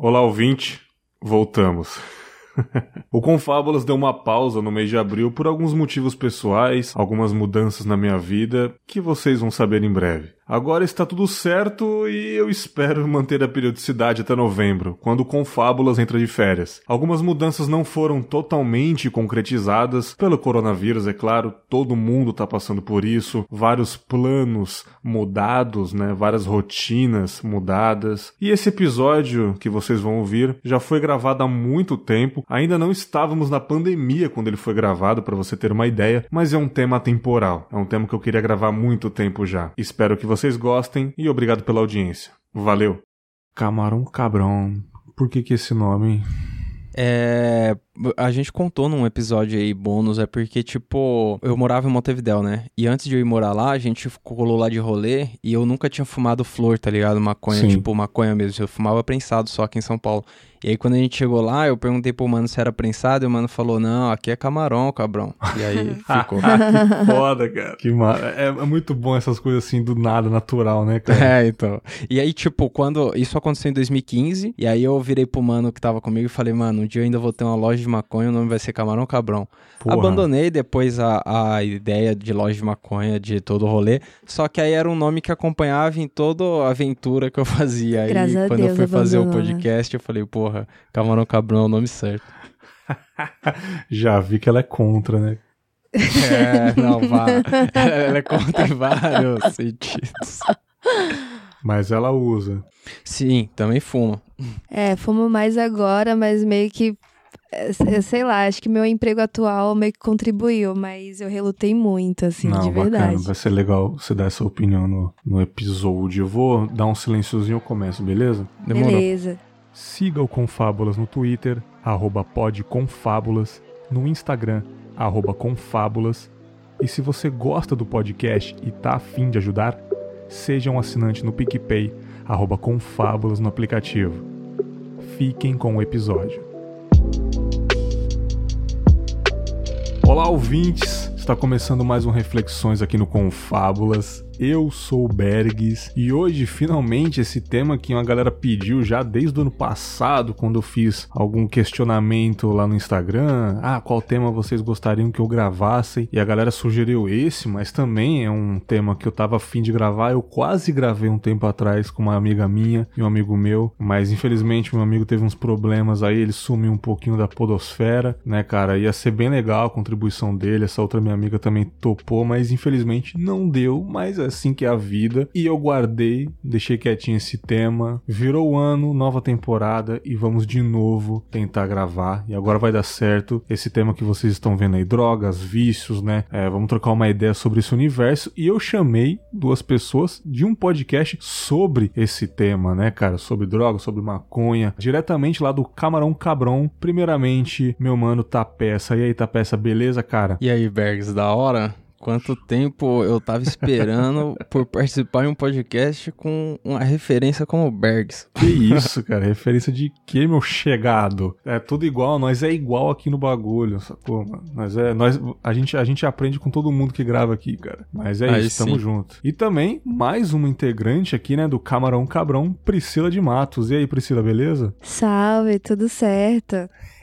Olá, ouvinte. Voltamos. O Confábulas deu uma pausa no mês de abril por alguns motivos pessoais, algumas mudanças na minha vida, que vocês vão saber em breve. Agora está tudo certo e eu espero manter a periodicidade até novembro, quando o Confábulas entra de férias. Algumas mudanças não foram totalmente concretizadas pelo coronavírus, é claro, todo mundo está passando por isso, vários planos mudados, várias rotinas mudadas. E esse episódio que vocês vão ouvir já foi gravado há muito tempo, ainda não estávamos na pandemia quando ele foi gravado, para você ter uma ideia, mas é um tema atemporal, é um tema que eu queria gravar há muito tempo já. Espero que vocês gostem e obrigado pela audiência. Valeu! Camarão Cabrão. Por que esse nome? A gente contou num episódio aí, bônus, porque, eu morava em Montevidéu, né? E antes de eu ir morar lá, a gente colou lá de rolê e eu nunca tinha fumado flor, tá ligado? Maconha, Sim. Maconha mesmo. Eu fumava prensado só aqui em São Paulo. E aí, quando a gente chegou lá, eu perguntei pro mano se era prensado e o mano falou, não, aqui é camarão, cabrão. E aí, ficou. Que foda, cara. É muito bom essas coisas assim, do nada, natural, né, cara? Então. E aí, quando isso aconteceu em 2015, e aí eu virei pro mano que tava comigo e falei, mano, um dia eu ainda vou ter uma loja de maconha, o nome vai ser Camarão Cabrão. Porra. Abandonei depois a ideia de loja de maconha, de todo o rolê, só que aí era um nome que acompanhava em toda a aventura que eu fazia. Aí, Graças a quando Deus, eu fui fazer o abandonou, podcast, eu falei, porra, Camarão Cabrão é o nome certo. Já vi que ela é contra, né? Ela é contra em vários sentidos. Mas ela usa. Sim, também fuma. Fumo mais agora, mas meio que, sei lá, acho que meu emprego atual meio que contribuiu, mas eu relutei muito, assim, Não, de verdade. Bacana, vai ser legal você dar essa opinião no episódio. Eu vou dar um silenciozinho e eu começo, beleza? Demorou. Beleza. Siga o Confábulas no Twitter, @podconfábulas, no Instagram, @confábulas. E se você gosta do podcast e tá afim de ajudar, seja um assinante no PicPay, @confábulas no aplicativo. Fiquem com o episódio. Olá, ouvintes! Está começando mais um Reflexões aqui no Confábulas. Eu sou o Bergs e hoje, finalmente, esse tema que uma galera pediu já desde o ano passado, quando eu fiz algum questionamento lá no Instagram. Qual tema vocês gostariam que eu gravasse? E a galera sugeriu esse, mas também é um tema que eu tava afim de gravar. Eu quase gravei um tempo atrás com uma amiga minha e um amigo meu, mas infelizmente meu amigo teve uns problemas aí, ele sumiu um pouquinho da podosfera, né, cara? Ia ser bem legal a contribuição dele, essa outra minha amiga também topou, mas infelizmente não deu, mas é assim que é a vida. E eu guardei, deixei quietinho esse tema. Virou o ano, nova temporada e vamos de novo tentar gravar. E agora vai dar certo esse tema que vocês estão vendo aí, drogas, vícios, né? Vamos trocar uma ideia sobre esse universo. E eu chamei duas pessoas de um podcast sobre esse tema, né, cara? Sobre drogas, sobre maconha, diretamente lá do Camarão Cabrão. Primeiramente, meu mano Tapeça. E aí, Tapeça, beleza, cara? E aí, Bergs, da hora? Quanto tempo eu tava esperando por participar de um podcast com uma referência como Bergs. Que isso, cara? Referência de que, meu chegado? É tudo igual, nós é igual aqui no bagulho, sacou, mano? A gente aprende com todo mundo que grava aqui, cara. Mas é Aí isso, tamo sim. junto. E também, mais uma integrante aqui, né, do Camarão Cabrão, Priscila de Matos. E aí, Priscila, beleza? Salve, tudo certo.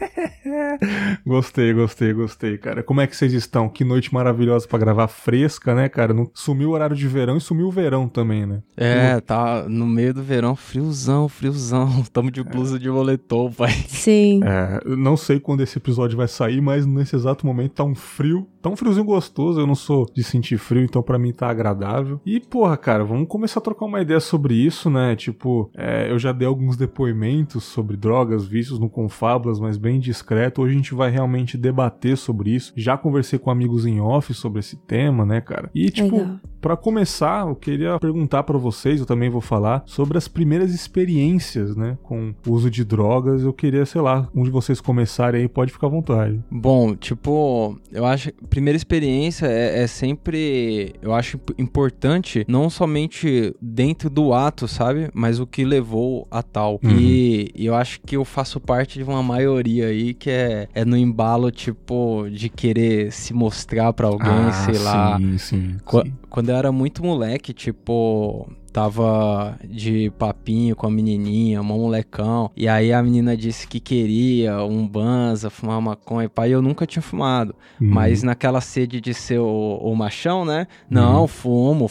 Gostei, cara. Como é que vocês estão? Que noite maravilhosa pra gravar, fresca, né, cara? Sumiu o horário de verão e sumiu o verão também, né? Tá no meio do verão, friozão. Tamo de blusa de moletom, pai. Sim. Eu não sei quando esse episódio vai sair, mas nesse exato momento tá um frio. Tá um friozinho gostoso, eu não sou de sentir frio, então pra mim tá agradável. E, porra, cara, vamos começar a trocar uma ideia sobre isso, né? Eu já dei alguns depoimentos sobre drogas, vícios no Confábulas, mas bem discreto. Hoje a gente vai realmente debater sobre isso. Já conversei com amigos em off sobre esse tema, né, cara? E, Legal. pra começar, eu queria perguntar pra vocês, eu também vou falar, sobre as primeiras experiências, né, com o uso de drogas. Eu queria, sei lá, um de vocês começarem aí, pode ficar à vontade. Bom, eu acho que a primeira experiência é sempre, eu acho importante, não somente dentro do ato, sabe? Mas o que levou a tal. Uhum. E eu acho que eu faço parte de uma maioria aí que é no embalo, de querer se mostrar pra alguém, sei lá. Sim. Quando eu era muito moleque, tava de papinho com a menininha, um molecão, e aí a menina disse que queria um banza, fumar maconha, pai, eu nunca tinha fumado, mas naquela sede de ser o machão, né? Não, fumo,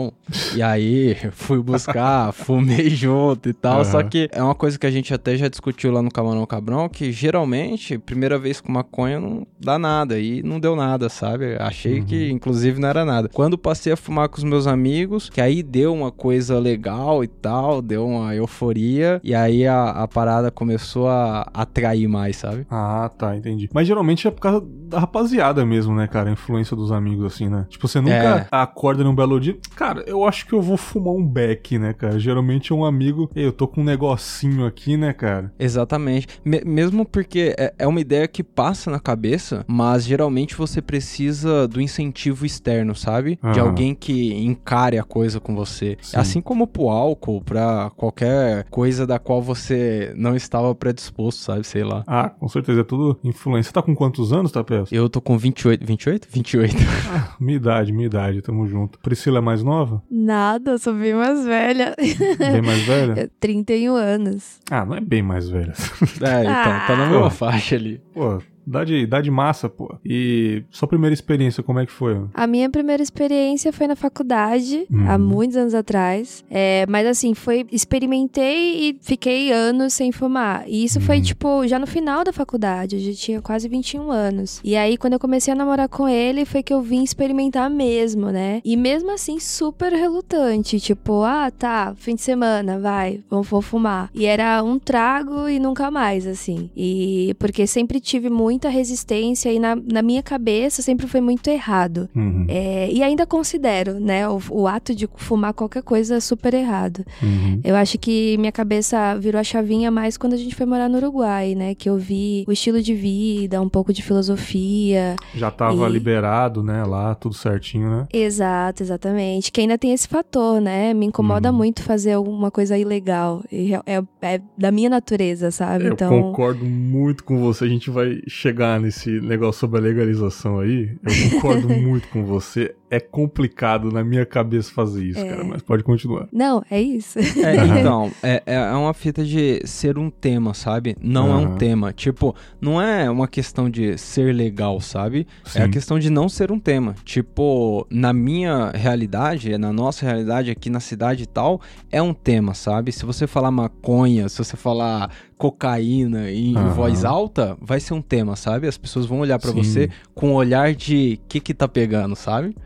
e aí fui buscar, fumei junto e tal, só que é uma coisa que a gente até já discutiu lá no Camarão Cabrão, que geralmente, primeira vez com maconha não dá nada, e não deu nada, sabe? Achei que, inclusive, não era nada. Quando passei a fumar com os meus amigos, que aí deu uma coisa legal e tal, deu uma euforia, e aí a parada começou a atrair mais, sabe? Ah, tá, entendi. Mas geralmente é por causa da rapaziada mesmo, né, cara? A influência dos amigos, assim, né? Tipo, você nunca acorda num belo dia, cara, eu acho que eu vou fumar um beck, né, cara? Geralmente é um amigo, eu tô com um negocinho aqui, né, cara? Exatamente. Mesmo porque é uma ideia que passa na cabeça, mas geralmente você precisa do incentivo externo, sabe? De alguém que encare a coisa com você. Sim. Assim como pro álcool, pra qualquer coisa da qual você não estava predisposto, sabe? Sei lá. Ah, com certeza, é tudo influência. Você tá com quantos anos, Tapés? Eu tô com 28. 28? 28. Ah, minha idade, tamo junto. Priscila é mais nova? Nada, eu sou bem mais velha. Bem mais velha? 31 anos. Ah, não é bem mais velha. Então, tá na mesma faixa ali. Pô, idade massa, pô. E sua primeira experiência, como é que foi? A minha primeira experiência foi na faculdade, há muitos anos atrás. Mas assim, experimentei e fiquei anos sem fumar. E isso foi, tipo, já no final da faculdade. Eu já tinha quase 21 anos. E aí, quando eu comecei a namorar com ele, foi que eu vim experimentar mesmo, né? E mesmo assim, super relutante. Tipo, tá, fim de semana, vai, vou fumar. E era um trago e nunca mais, assim. E porque sempre tive muita resistência e na minha cabeça sempre foi muito errado. E ainda considero, né, o ato de fumar qualquer coisa super errado. Eu acho que minha cabeça virou a chavinha mais quando a gente foi morar no Uruguai, né, que eu vi o estilo de vida, um pouco de filosofia. Já tava liberado, né, lá, tudo certinho, né? Exatamente. Que ainda tem esse fator, né, me incomoda muito fazer alguma coisa ilegal. É da minha natureza, sabe? Eu concordo muito com você, a gente vai chegar nesse negócio sobre a legalização aí, eu concordo muito com você. É complicado na minha cabeça fazer isso, cara, mas pode continuar. Não, é isso. Então, é uma fita de ser um tema, sabe? Não é um tema. Tipo, não é uma questão de ser legal, sabe? Sim. É a questão de não ser um tema. Tipo, na minha realidade, na nossa realidade aqui na cidade e tal, é um tema, sabe? Se você falar maconha, se você falar cocaína em voz alta, vai ser um tema, sabe? As pessoas vão olhar pra você com um olhar de que tá pegando, sabe?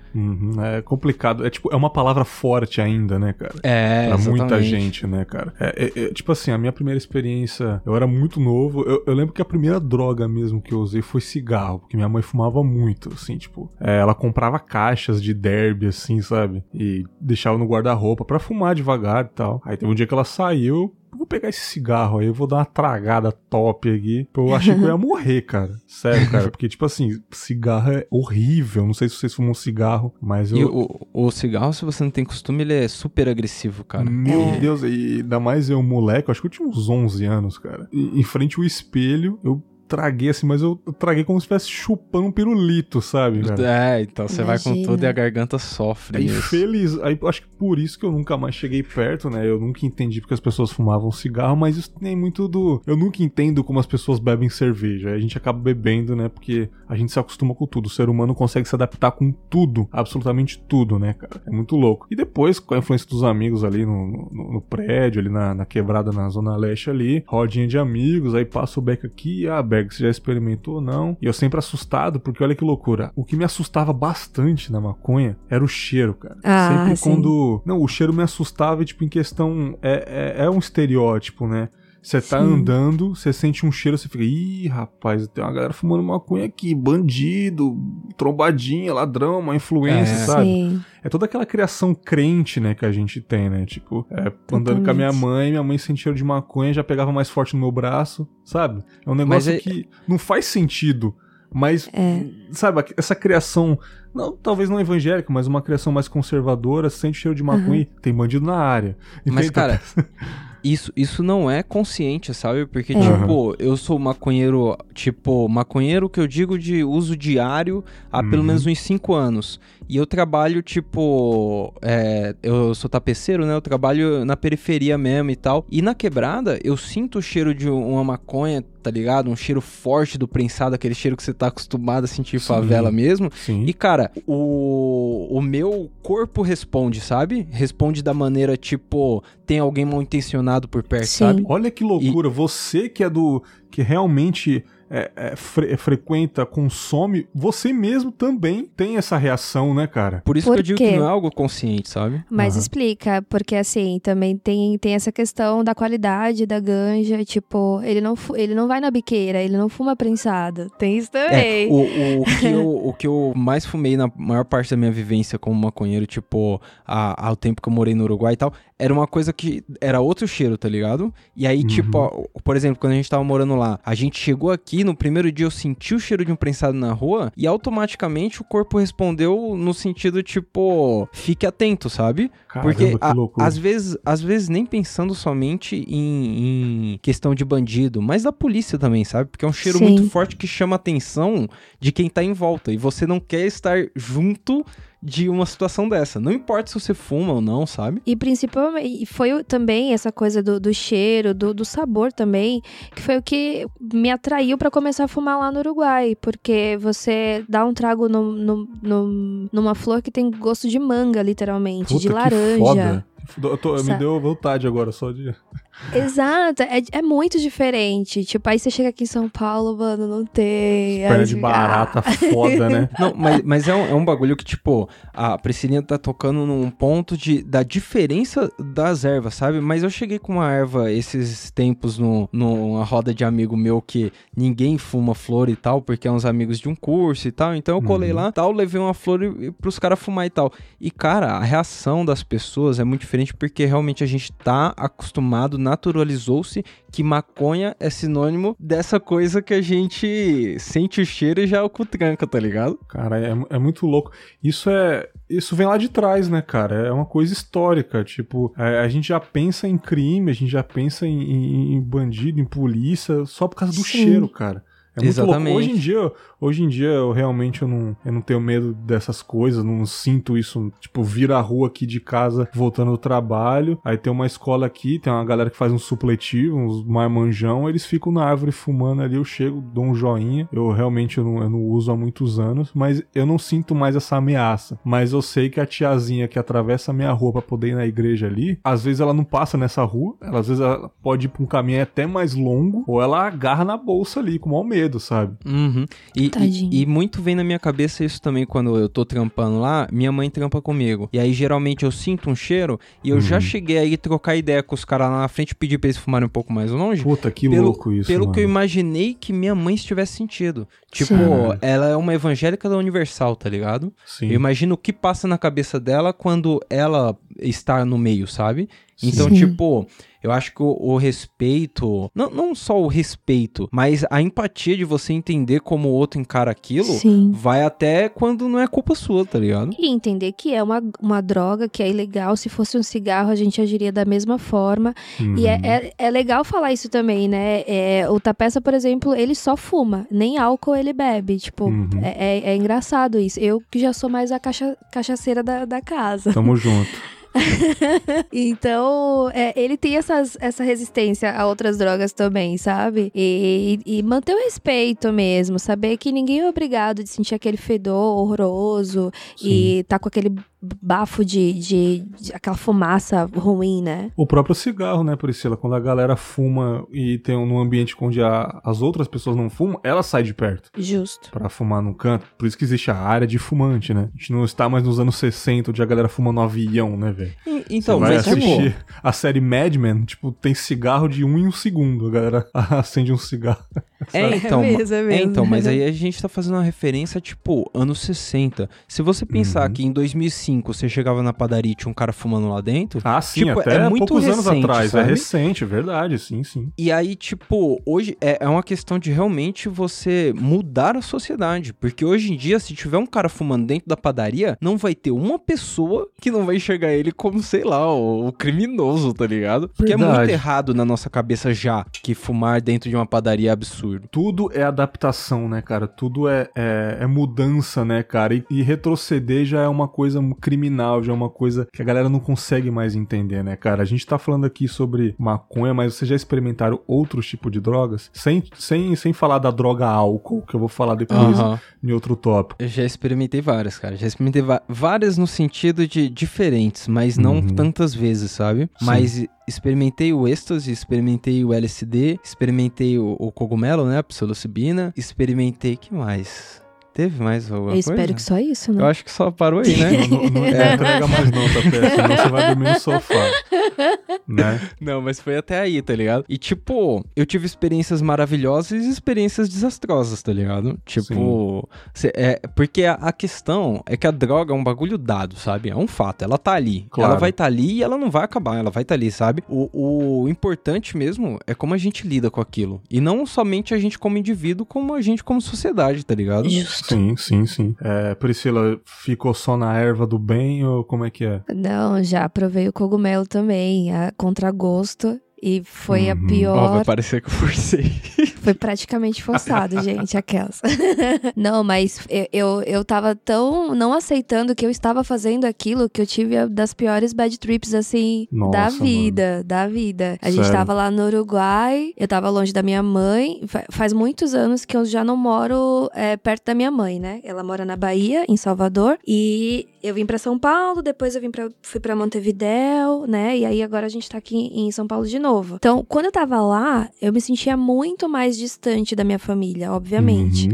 É complicado. É uma palavra forte ainda, né, cara? Pra Exatamente. muita gente, né, cara? Tipo assim, a minha primeira experiência, eu era muito novo. Eu lembro que a primeira droga mesmo que eu usei foi cigarro, porque minha mãe fumava muito, assim, tipo, ela comprava caixas de derby, assim, sabe? E deixava no guarda-roupa pra fumar devagar e tal. Aí teve um dia que ela saiu, vou pegar esse cigarro aí, eu vou dar uma tragada top aqui. Eu achei que eu ia morrer, cara. Sério, cara. Porque, tipo assim, cigarro é horrível. Não sei se vocês fumam cigarro, mas eu... E o cigarro, se você não tem costume, ele é super agressivo, cara. Meu Deus, e ainda mais eu, moleque, eu acho que eu tinha uns 11 anos, cara. Em frente ao espelho, eu traguei assim, mas eu traguei como se estivesse chupando um pirulito, sabe, cara? Então você vai com tudo e a garganta sofre. Aí feliz, aí acho que por isso que eu nunca mais cheguei perto, né? Eu nunca entendi porque as pessoas fumavam cigarro, mas isso tem muito eu nunca entendo como as pessoas bebem cerveja. Aí a gente acaba bebendo, né? Porque a gente se acostuma com tudo. O ser humano consegue se adaptar com tudo, absolutamente tudo, né, cara? É muito louco. E depois, com a influência dos amigos ali no prédio, ali na quebrada, na Zona Leste ali, rodinha de amigos, aí passa o beck aqui, você já experimentou ou não? E eu sempre assustado, porque olha que loucura. O que me assustava bastante na maconha era o cheiro, cara. Sempre sim. quando... Não, o cheiro me assustava, tipo, em questão... É um estereótipo, né? Você tá andando, você sente um cheiro, você fica, ih, rapaz, tem uma galera fumando maconha aqui, bandido, trombadinha, ladrão, uma influência, sabe? Sim. É toda aquela criação crente, né, que a gente tem, né? Tipo, andando com a minha mãe sente cheiro de maconha, já pegava mais forte no meu braço, sabe? É um negócio que não faz sentido. Mas, sabe, essa criação não, talvez não evangélica, mas uma criação mais conservadora, sente cheiro de maconha, tem bandido na área. Mas, cara, isso não é consciente, sabe? Porque, tipo, eu sou maconheiro, maconheiro que eu digo de uso diário há pelo menos uns 5 anos. E eu trabalho, tipo, eu sou tapeceiro, né? Eu trabalho na periferia mesmo e tal. E na quebrada, eu sinto o cheiro de uma maconha, tá ligado? Um cheiro forte do prensado, aquele cheiro que você tá acostumado a sentir em favela mesmo. Sim. E, cara, o meu corpo responde, sabe? Responde da maneira, tipo, tem alguém mal intencionado por perto, sabe? Olha que loucura, você que é que realmente frequenta, consome, você mesmo também tem essa reação, né, cara? Por isso que eu digo que não é algo consciente, sabe? Mas explica, porque assim, também tem essa questão da qualidade da ganja, tipo, ele não vai na biqueira, ele não fuma prensado, tem isso também. O que eu mais fumei na maior parte da minha vivência como maconheiro, tipo, ao tempo que eu morei no Uruguai e tal, era uma coisa que era outro cheiro, tá ligado? E aí, tipo, por exemplo, quando a gente tava morando lá, a gente chegou aqui, no primeiro dia eu senti o cheiro de um prensado na rua e automaticamente o corpo respondeu no sentido, tipo, fique atento, sabe? Caramba, porque às vezes nem pensando somente em questão de bandido, mas da polícia também, sabe? Porque é um cheiro muito forte que chama a atenção de quem tá em volta e você não quer estar junto de uma situação dessa. Não importa se você fuma ou não, sabe? E principalmente, foi também essa coisa do cheiro, do sabor também, que foi o que me atraiu pra começar a fumar lá no Uruguai, porque você dá um trago numa flor que tem gosto de manga, literalmente, de laranja. Foda. Me deu vontade agora só de... Exato, é muito diferente. Tipo, aí você chega aqui em São Paulo, mano, não tem. Perna de barata foda, né? Não, mas é um bagulho que, tipo, a Priscilinha tá tocando num ponto da diferença das ervas, sabe? Mas eu cheguei com uma erva esses tempos numa roda de amigo meu que ninguém fuma flor e tal, porque é uns amigos de um curso e tal. Então eu colei lá, tal, levei uma flor pros caras fumar e tal. E, cara, a reação das pessoas é muito diferente porque realmente a gente tá acostumado, naturalizou-se que maconha é sinônimo dessa coisa que a gente sente o cheiro e já o cu tranca, tá ligado? Cara, é muito louco. Isso vem lá de trás, né, cara? É uma coisa histórica. Tipo, a gente já pensa em crime, a gente já pensa em bandido, em polícia, só por causa do cheiro, cara. É muito louco. Hoje em dia eu realmente eu não tenho medo dessas coisas, não sinto isso, tipo, vir à rua aqui de casa voltando do trabalho, aí tem uma escola aqui, tem uma galera que faz um supletivo, uns marmanjão, eles ficam na árvore fumando ali, eu chego, dou um joinha, eu realmente eu não uso há muitos anos, mas eu não sinto mais essa ameaça, mas eu sei que a tiazinha que atravessa a minha rua pra poder ir na igreja ali, às vezes ela não passa nessa rua, às vezes ela pode ir pra um caminho até mais longo, ou ela agarra na bolsa ali, com o maior medo, sabe? E muito vem na minha cabeça isso também quando eu tô trampando lá, minha mãe trampa comigo. E aí geralmente eu sinto um cheiro e eu já cheguei aí trocar ideia com os caras lá na frente e pedir pra eles fumarem um pouco mais longe. Puta, que louco isso, pelo mano. Que eu imaginei que minha mãe estivesse sentindo. Tipo, ela é uma evangélica da Universal, tá ligado? Sim. Eu imagino o que passa na cabeça dela quando ela está no meio, sabe? Então, tipo, eu acho que o respeito, não só o respeito, mas a empatia de você entender como o outro encara aquilo, vai até quando não é culpa sua, tá ligado? E entender que é uma droga, que é ilegal. Se fosse um cigarro, a gente agiria da mesma forma. E é legal falar isso também, né? O Tapeça, por exemplo, ele só fuma, nem álcool ele bebe. Tipo, é engraçado isso. Eu que já sou mais a cachaceira da casa. Tamo junto. Então, ele tem essa resistência a outras drogas também, sabe? E manter o respeito mesmo, saber que ninguém é obrigado de sentir aquele fedor horroroso e tá com aquele bafo de aquela fumaça ruim, né? O próprio cigarro, né, Priscila? Quando a galera fuma e tem num ambiente onde as outras pessoas não fumam, ela sai de perto. Justo. Pra fumar num canto. Por isso que existe a área de fumante, né? A gente não está mais nos anos 60, onde a galera fuma no avião, né, velho? Então, você vai mas assistir a série Mad Men, tipo, tem cigarro de 1 em 1 segundo. A galera acende um cigarro. Então, mas aí a gente tá fazendo uma referência, tipo, anos 60. Se você pensar que em 2005 você chegava na padaria e tinha um cara fumando lá dentro... Ah, sim, tipo, até muito poucos recente, anos atrás. sabe? É recente, verdade, sim. E aí, tipo, hoje é uma questão de realmente você mudar a sociedade. Porque hoje em dia, se tiver um cara fumando dentro da padaria, não vai ter uma pessoa que não vai enxergar ele como, sei lá, o criminoso, tá ligado? Porque verdade. É muito errado na nossa cabeça já que fumar dentro de uma padaria é absurdo. Tudo é adaptação, né, cara? Tudo é mudança, né, cara? E retroceder já é uma coisa criminal, já é uma coisa que a galera não consegue mais entender, né, cara? A gente tá falando aqui sobre maconha, mas vocês já experimentaram outros tipos de drogas? Sem falar da droga álcool, que eu vou falar depois em outro tópico. Eu já experimentei várias, cara. Já experimentei várias no sentido de diferentes, mas não tantas vezes, sabe? Sim. Mas experimentei o êxtase, experimentei o LSD, experimentei o cogumelo, né? A psilocibina. Experimentei, que mais? Teve mais alguma coisa? Eu espero que só isso, né? Eu acho que só parou aí, né? Não entrega mais não, Tapé, senão você vai dormir no sofá, né? Não, mas foi até aí, tá ligado? E tipo, eu tive experiências maravilhosas e experiências desastrosas, tá ligado? Tipo, porque a questão é que a droga é um bagulho dado, sabe? É um fato, ela tá ali. Claro. Ela vai tá ali e ela não vai acabar, ela vai tá ali, sabe? O importante mesmo é como a gente lida com aquilo. E não somente a gente como indivíduo, como a gente como sociedade, tá ligado? Justo. Sim. Priscila, ficou só na erva do bem ou como é que é? Não, já provei o cogumelo também, a contragosto. E foi a pior... vai parecer que eu forcei. Foi praticamente forçado, gente, aquelas. Não, mas eu tava tão não aceitando que eu estava fazendo aquilo que eu tive das piores bad trips, assim, da vida. A gente tava lá no Uruguai, eu tava longe da minha mãe. Faz muitos anos que eu já não moro perto da minha mãe, né? Ela mora na Bahia, em Salvador, e eu vim pra São Paulo, depois eu fui pra Montevidéu, né? E aí agora a gente tá aqui em São Paulo de novo. Então, quando eu tava lá, eu me sentia muito mais distante da minha família, obviamente.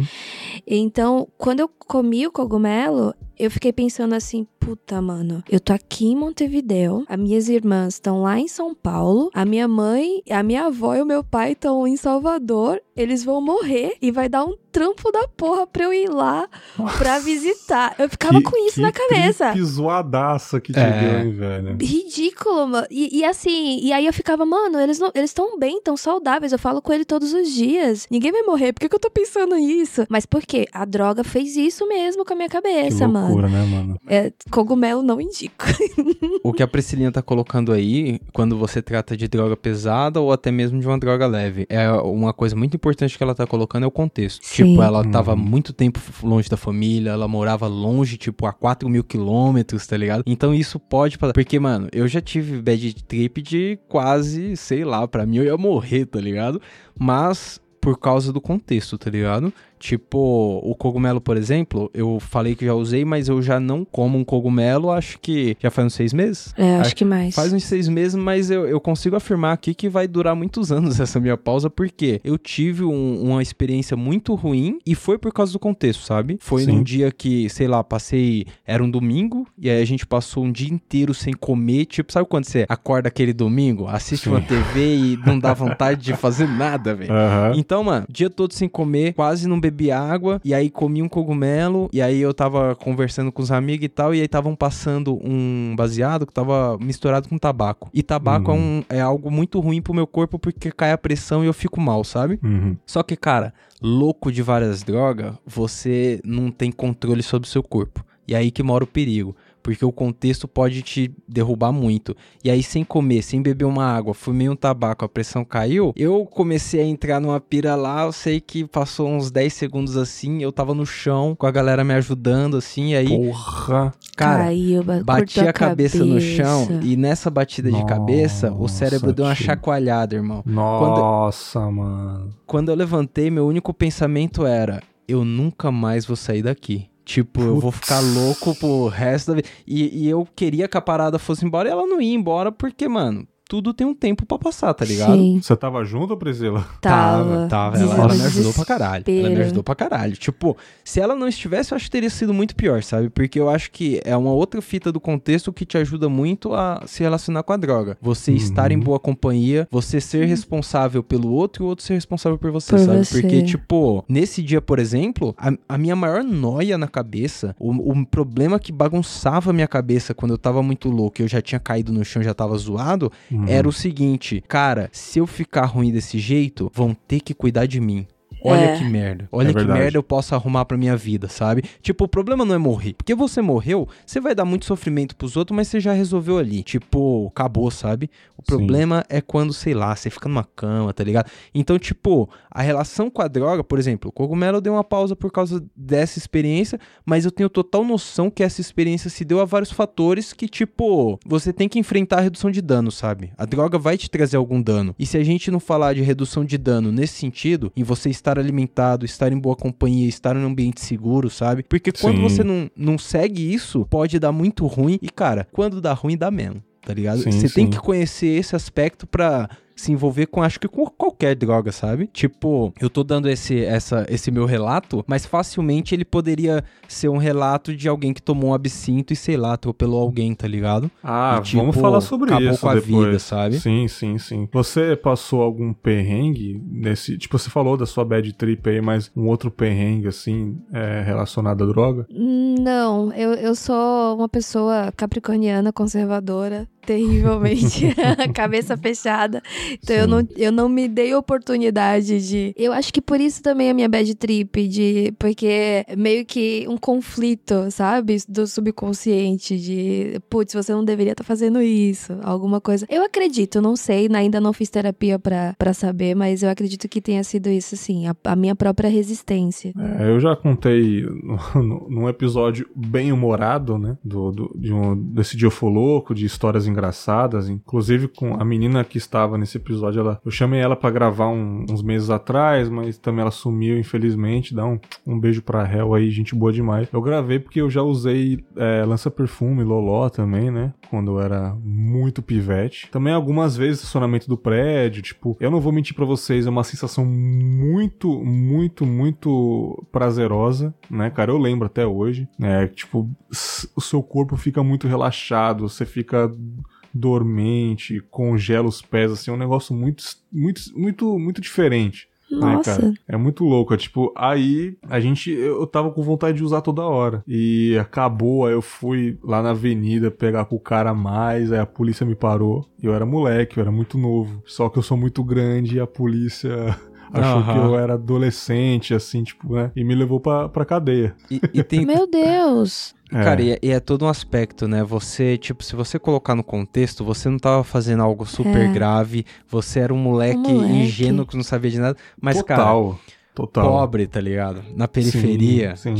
Então, quando eu comi o cogumelo, eu fiquei pensando assim, puta, mano, eu tô aqui em Montevidéu, as minhas irmãs estão lá em São Paulo, a minha mãe, a minha avó e o meu pai estão em Salvador, eles vão morrer e vai dar um trampo da porra pra eu ir lá pra visitar. Eu ficava com isso na cabeça. Que zoadaça que te deu, hein, velho? Ridículo, mano. E assim, e aí eu ficava, mano, eles estão bem, tão saudáveis, eu falo com ele todos os dias. Ninguém vai morrer, por que eu tô pensando nisso? Mas por quê? A droga fez isso mesmo com a minha cabeça, mano. Que loucura, né, mano? Cogumelo não indico. O que a Priscilinha tá colocando aí, quando você trata de droga pesada ou até mesmo de uma droga leve, é uma coisa muito importante que ela tá colocando é o contexto. Sim. Tipo, ela tava muito tempo longe da família, ela morava longe, tipo, a 4.000 quilômetros, tá ligado? Então isso pode... Porque, mano, eu já tive bad trip de quase, sei lá, pra mim eu ia morrer, tá ligado? Mas por causa do contexto, tá ligado? Tipo, o cogumelo, por exemplo, eu falei que já usei, mas eu já não como um cogumelo, acho que já faz uns 6 meses. Acho que mais. Faz uns 6 meses, mas eu consigo afirmar aqui que vai durar muitos anos essa minha pausa, porque eu tive uma experiência muito ruim e foi por causa do contexto, sabe? Foi num dia que, sei lá, era um domingo, e aí a gente passou um dia inteiro sem comer, tipo, sabe quando você acorda aquele domingo, assiste uma TV e não dá vontade de fazer nada, velho? Então, mano, dia todo sem comer, quase não bebi água, e aí comi um cogumelo, e aí eu tava conversando com os amigos e tal, e aí estavam passando um baseado que tava misturado com tabaco. E tabaco é algo muito ruim pro meu corpo, porque cai a pressão e eu fico mal, sabe? Só que, cara, louco de várias drogas, você não tem controle sobre o seu corpo. E aí que mora o perigo. Porque o contexto pode te derrubar muito. E aí, sem comer, sem beber uma água, fumei um tabaco, a pressão caiu, eu comecei a entrar numa pira lá, eu sei que passou uns 10 segundos assim, eu tava no chão, com a galera me ajudando, assim, e aí... Porra! Cara, bati a cabeça no chão, e nessa batida de cabeça, o cérebro deu uma chacoalhada, irmão. Nossa, mano. Quando eu levantei, meu único pensamento era, eu nunca mais vou sair daqui. Tipo, eu vou ficar louco pro resto da vida. E eu queria que a parada fosse embora e ela não ia embora porque, mano, tudo tem um tempo pra passar, tá ligado? Sim. Você tava junto, Priscila? Tava. Ela me ajudou pra caralho. Desespero. Ela me ajudou pra caralho. Tipo, se ela não estivesse, eu acho que teria sido muito pior, sabe? Porque eu acho que é uma outra fita do contexto que te ajuda muito a se relacionar com a droga. Você estar em boa companhia, você ser responsável pelo outro e o outro ser responsável por você, sabe? Porque, tipo, nesse dia, por exemplo, a minha maior noia na cabeça, o problema que bagunçava a minha cabeça quando eu tava muito louco e eu já tinha caído no chão, já tava zoado, era o seguinte, cara, se eu ficar ruim desse jeito, vão ter que cuidar de mim. Olha que merda. Olha que merda eu posso arrumar pra minha vida, sabe? Tipo, o problema não é morrer. Porque você morreu, você vai dar muito sofrimento pros outros, mas você já resolveu ali. Tipo, acabou, sabe? O problema é quando, sei lá, você fica numa cama, tá ligado? Então, tipo, a relação com a droga, por exemplo, o Cogumelo deu uma pausa por causa dessa experiência, mas eu tenho total noção que essa experiência se deu a vários fatores que, tipo, você tem que enfrentar a redução de dano, sabe? A droga vai te trazer algum dano. E se a gente não falar de redução de dano nesse sentido, em você estar alimentado, estar em boa companhia, estar em um ambiente seguro, sabe? Porque quando você não segue isso, pode dar muito ruim. E, cara, quando dá ruim, dá mesmo, tá ligado? Você tem que conhecer esse aspecto pra se envolver com, acho que com qualquer droga, sabe? Tipo, eu tô dando esse meu relato, mas facilmente ele poderia ser um relato de alguém que tomou um absinto e, sei lá, atropelou alguém, tá ligado? Ah, e, tipo, vamos falar sobre isso acabou com a depois. vida, sabe? Sim. Você passou algum perrengue nesse... Tipo, você falou da sua bad trip aí, mas um outro perrengue, assim, relacionado à droga? Não, eu sou uma pessoa capricorniana, conservadora, terrivelmente, cabeça fechada. Então eu não me dei oportunidade de... Eu acho que por isso também a minha bad trip, porque meio que um conflito, sabe? Do subconsciente, de... Putz, você não deveria estar fazendo isso, alguma coisa. Eu acredito, não sei, ainda não fiz terapia pra saber, mas eu acredito que tenha sido isso, assim, a minha própria resistência. Eu já contei num episódio bem humorado, né? Desse Dia Eu Fui Louco, de histórias engraçadas, inclusive com a menina que estava nesse episódio, eu chamei ela pra gravar uns meses atrás, mas também ela sumiu, infelizmente. Dá um beijo pra Hel aí, gente boa demais. Eu gravei porque eu já usei lança-perfume, loló também, né, quando eu era muito pivete. Também algumas vezes estacionamento do prédio, tipo, eu não vou mentir pra vocês, é uma sensação muito, muito, muito prazerosa, né, cara, eu lembro até hoje, tipo, o seu corpo fica muito relaxado, você fica dormente, congela os pés, assim, é um negócio muito, muito, muito, muito diferente. Nossa. Né, cara? É muito louco, tipo, aí eu tava com vontade de usar toda hora, e acabou, aí eu fui lá na avenida pegar com o cara a mais, aí a polícia me parou, eu era moleque, eu era muito novo, só que eu sou muito grande e a polícia... achou que eu era adolescente, assim, tipo, né? E me levou pra cadeia. E tem... Meu Deus! Cara, e é todo um aspecto, né? Você, tipo, se você colocar no contexto, você não tava fazendo algo super grave, você era um moleque ingênuo que não sabia de nada, mas, Total. Pobre, tá ligado? Na periferia, sim.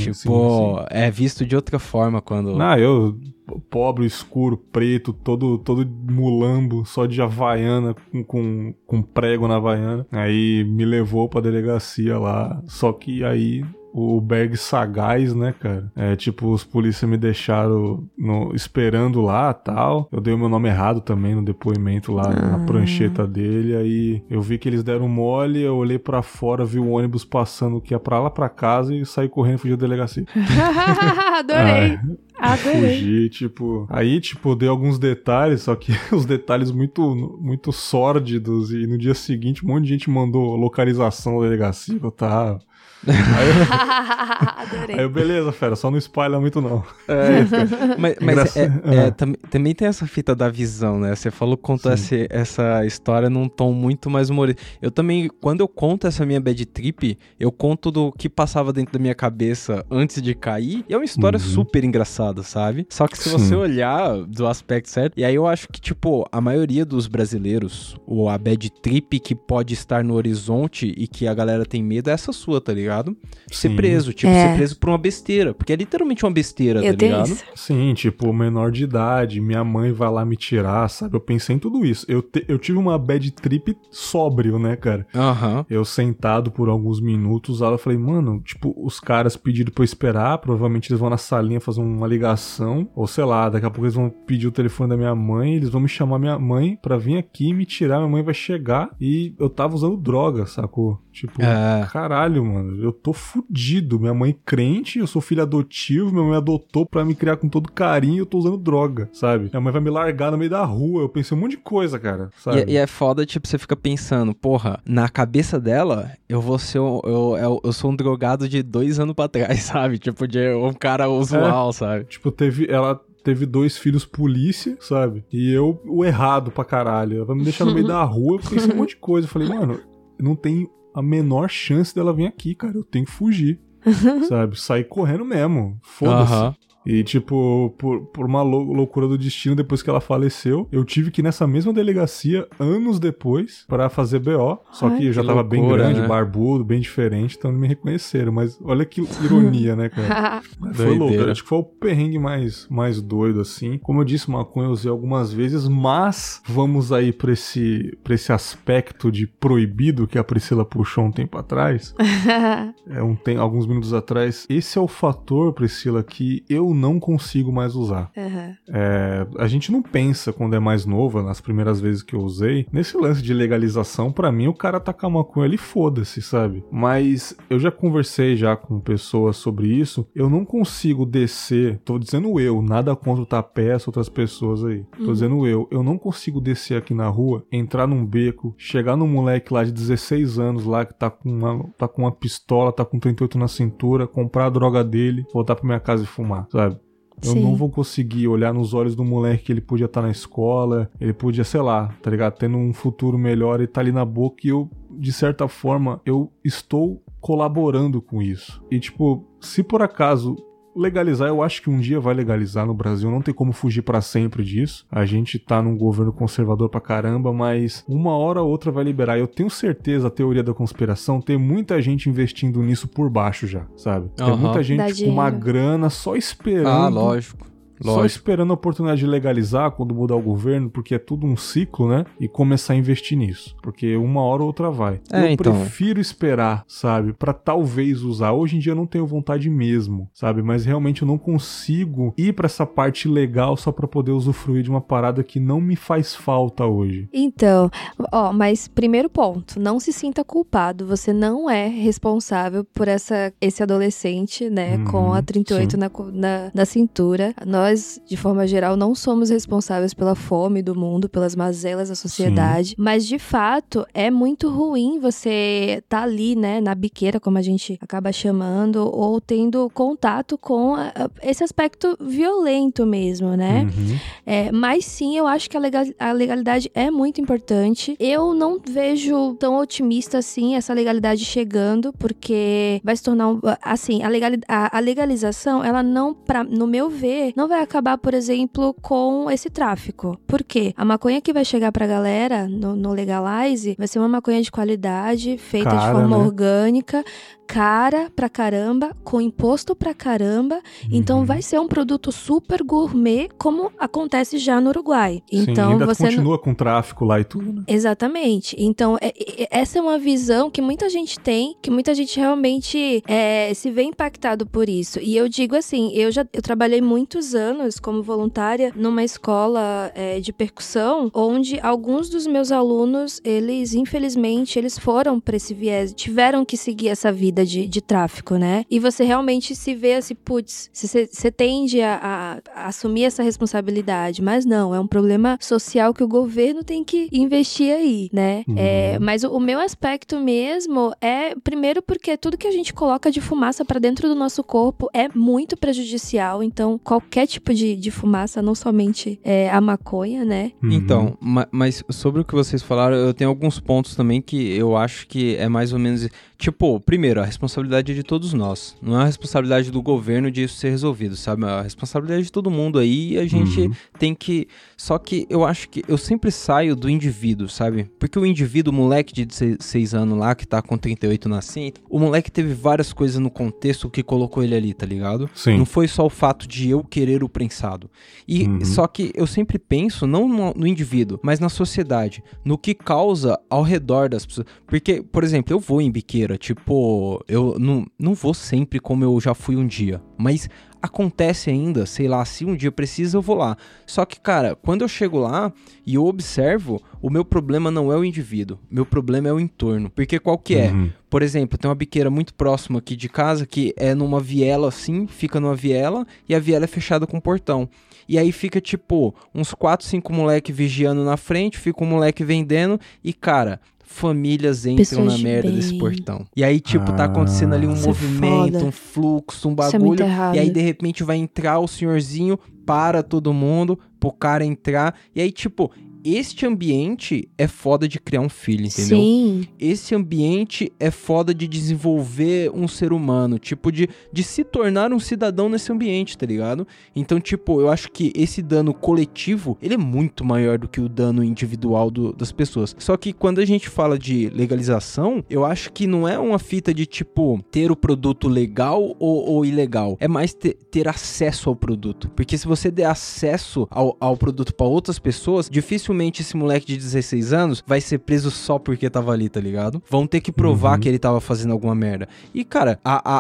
é visto de outra forma quando... Eu, pobre, escuro, preto, todo mulambo, só de havaiana, com prego na havaiana. Aí me levou pra delegacia lá, só que aí... O Berg sagaz, né, cara? Tipo, os polícias me deixaram esperando lá, tal. Eu dei o meu nome errado também no depoimento lá, na prancheta dele. Aí eu vi que eles deram mole, eu olhei pra fora, vi o ônibus passando que ia pra lá pra casa e saí correndo e fugi da delegacia. Adorei. Fugi, tipo... Aí, tipo, dei alguns detalhes, só que os detalhes muito, muito sórdidos. E no dia seguinte, um monte de gente mandou localização da delegacia que eu tava... Adorei. Aí eu, beleza, fera, só não espalha muito não. Mas também tem essa fita da visão, né? Você falou que contou essa história num tom muito mais humorista. Eu também, quando eu conto essa minha bad trip, eu conto do que passava dentro da minha cabeça antes de cair, e é uma história super engraçada, sabe? Só que se você olhar do aspecto certo, e aí eu acho que, tipo, a maioria dos brasileiros, ou a bad trip que pode estar no horizonte e que a galera tem medo é essa sua, tá ligado? Ser preso, ser preso por uma besteira, porque é literalmente uma besteira, tá ligado? Isso. Sim, tipo, menor de idade, minha mãe vai lá me tirar, sabe? Eu pensei em tudo isso. Eu tive uma bad trip sóbrio, né, cara? Eu sentado por alguns minutos, lá eu falei, mano, tipo, os caras pediram pra eu esperar, provavelmente eles vão na salinha fazer uma ligação, ou sei lá, daqui a pouco eles vão pedir o telefone da minha mãe, eles vão me chamar minha mãe pra vir aqui me tirar, minha mãe vai chegar e eu tava usando droga, sacou? Tipo, caralho, mano, eu tô fudido. Minha mãe crente, eu sou filho adotivo, minha mãe adotou pra me criar com todo carinho, eu tô usando droga, sabe? Minha mãe vai me largar no meio da rua, eu pensei um monte de coisa, cara, sabe? E é foda, tipo, você fica pensando, porra, na cabeça dela, eu vou ser eu sou um drogado de 2 anos pra trás, sabe? Tipo, de um cara usual, sabe? Tipo, ela teve 2 filhos polícia, sabe? E eu, o errado pra caralho. Ela vai me deixar no meio da rua, eu pensei um monte de coisa. Eu falei, mano, não tem a menor chance dela vir aqui, cara. Eu tenho que fugir, sabe? Sair correndo mesmo. Foda-se. E, tipo, por uma loucura do destino, depois que ela faleceu, eu tive que ir nessa mesma delegacia, anos depois, pra fazer BO. Só que eu já tava bem grande, né? Barbudo, bem diferente, então não me reconheceram. Mas olha que ironia, né, cara? Foi louco. Acho que foi o perrengue mais doido, assim. Como eu disse, maconha eu usei algumas vezes, mas vamos aí pra esse aspecto de proibido que a Priscila puxou um tempo atrás. Alguns minutos atrás. Esse é o fator, Priscila, que eu não consigo mais usar. A gente não pensa quando é mais novo, nas primeiras vezes que eu usei, nesse lance de legalização, pra mim o cara tacar maconha ali, foda-se, sabe? Mas eu já conversei já com pessoas sobre isso, eu não consigo descer, tô dizendo eu, nada contra o Tapés, outras pessoas aí, tô dizendo eu não consigo descer aqui na rua, entrar num beco, chegar num moleque lá de 16 anos lá que tá com uma pistola, tá com 38 na cintura, comprar a droga dele, voltar pra minha casa e fumar, sabe? Eu não vou conseguir olhar nos olhos do moleque que ele podia estar na escola, ele podia, sei lá, tá ligado? Tendo um futuro melhor e tá ali na boca e eu, de certa forma, eu estou colaborando com isso. E, tipo, se por acaso legalizar, eu acho que um dia vai legalizar no Brasil, não tem como fugir pra sempre disso. A gente tá num governo conservador pra caramba, mas uma hora ou outra vai liberar. Eu tenho certeza, a teoria da conspiração, tem muita gente investindo nisso por baixo já, sabe? Tem muita gente com uma grana só esperando. Ah, lógico. Só esperando a oportunidade de legalizar quando mudar o governo, porque é tudo um ciclo, né? E começar a investir nisso. Porque uma hora ou outra vai. Eu prefiro esperar, sabe? Pra talvez usar. Hoje em dia eu não tenho vontade mesmo, sabe? Mas realmente eu não consigo ir pra essa parte legal só pra poder usufruir de uma parada que não me faz falta hoje. Então, mas primeiro ponto, não se sinta culpado. Você não é responsável por esse adolescente, né? Com a 38 na cintura. Nós, de forma geral, não somos responsáveis pela fome do mundo, pelas mazelas da sociedade, mas de fato é muito ruim você tá ali, né, na biqueira, como a gente acaba chamando, ou tendo contato com esse aspecto violento mesmo, né? Mas sim, eu acho que a legalidade é muito importante. Eu não vejo tão otimista assim essa legalidade chegando, porque vai se tornar assim, a legalização, ela não, no meu ver, não vai acabar, por exemplo, com esse tráfico. Por quê? A maconha que vai chegar pra galera no Legalize vai ser uma maconha de qualidade, feita de forma orgânica, cara pra caramba, com imposto pra caramba, então vai ser um produto super gourmet, como acontece já no Uruguai. Então ainda você continua com tráfico lá e tudo, né? Exatamente. Então essa é uma visão que muita gente tem, que muita gente realmente se vê impactado por isso. E eu digo assim, eu trabalhei muitos anos como voluntária numa escola de percussão, onde alguns dos meus alunos, infelizmente, eles foram pra esse viés, tiveram que seguir essa vida de tráfico, né? E você realmente se vê assim, putz, você tende a assumir essa responsabilidade, mas não, é um problema social que o governo tem que investir aí, né? Mas o meu aspecto mesmo é, primeiro, porque tudo que a gente coloca de fumaça pra dentro do nosso corpo é muito prejudicial, então qualquer tipo de fumaça, não somente a maconha, né? Então, mas sobre o que vocês falaram, eu tenho alguns pontos também que eu acho que é mais ou menos, tipo, primeiro, a responsabilidade é de todos nós, não é a responsabilidade do governo de isso ser resolvido, sabe? É a responsabilidade de todo mundo aí e a gente tem que... Só que eu acho que eu sempre saio do indivíduo, sabe? Porque o indivíduo, o moleque de 16 anos lá, que tá com 38 na cinta, o moleque teve várias coisas no contexto que colocou ele ali, tá ligado? Sim. Não foi só o fato de eu querer o prensado. E só que eu sempre penso, não no indivíduo, mas na sociedade, no que causa ao redor das pessoas. Porque, por exemplo, eu vou em biqueira, biqueira. Tipo, eu não vou sempre como eu já fui um dia, mas acontece ainda, sei lá, se um dia precisa eu vou lá. Só que, cara, quando eu chego lá e eu observo, o meu problema não é o indivíduo, meu problema é o entorno. Porque qual que é? Por exemplo, tem uma biqueira muito próxima aqui de casa que é numa viela assim, fica numa viela e a viela é fechada com portão. E aí fica tipo uns 4, 5 moleque vigiando na frente, fica um moleque vendendo e, cara, famílias entram Pessoas na merda bem. desse portão. E aí, tipo, tá acontecendo ali um Isso é movimento, foda. um fluxo, um Isso é muito bagulho. errado. E aí, de repente, vai entrar o senhorzinho, para todo mundo, pro cara entrar. E aí, tipo, este ambiente é foda de criar um filho, entendeu? Sim. Esse ambiente é foda de desenvolver um ser humano, tipo, de se tornar um cidadão nesse ambiente, tá ligado? Então, tipo, eu acho que esse dano coletivo, ele é muito maior do que o dano individual das pessoas. Só que quando a gente fala de legalização, eu acho que não é uma fita de, tipo, ter o produto legal ou ilegal. É mais ter acesso ao produto. Porque se você der acesso ao produto pra outras pessoas, dificilmente esse moleque de 16 anos vai ser preso só porque tava ali, tá ligado? Vão ter que provar que ele tava fazendo alguma merda. E, cara,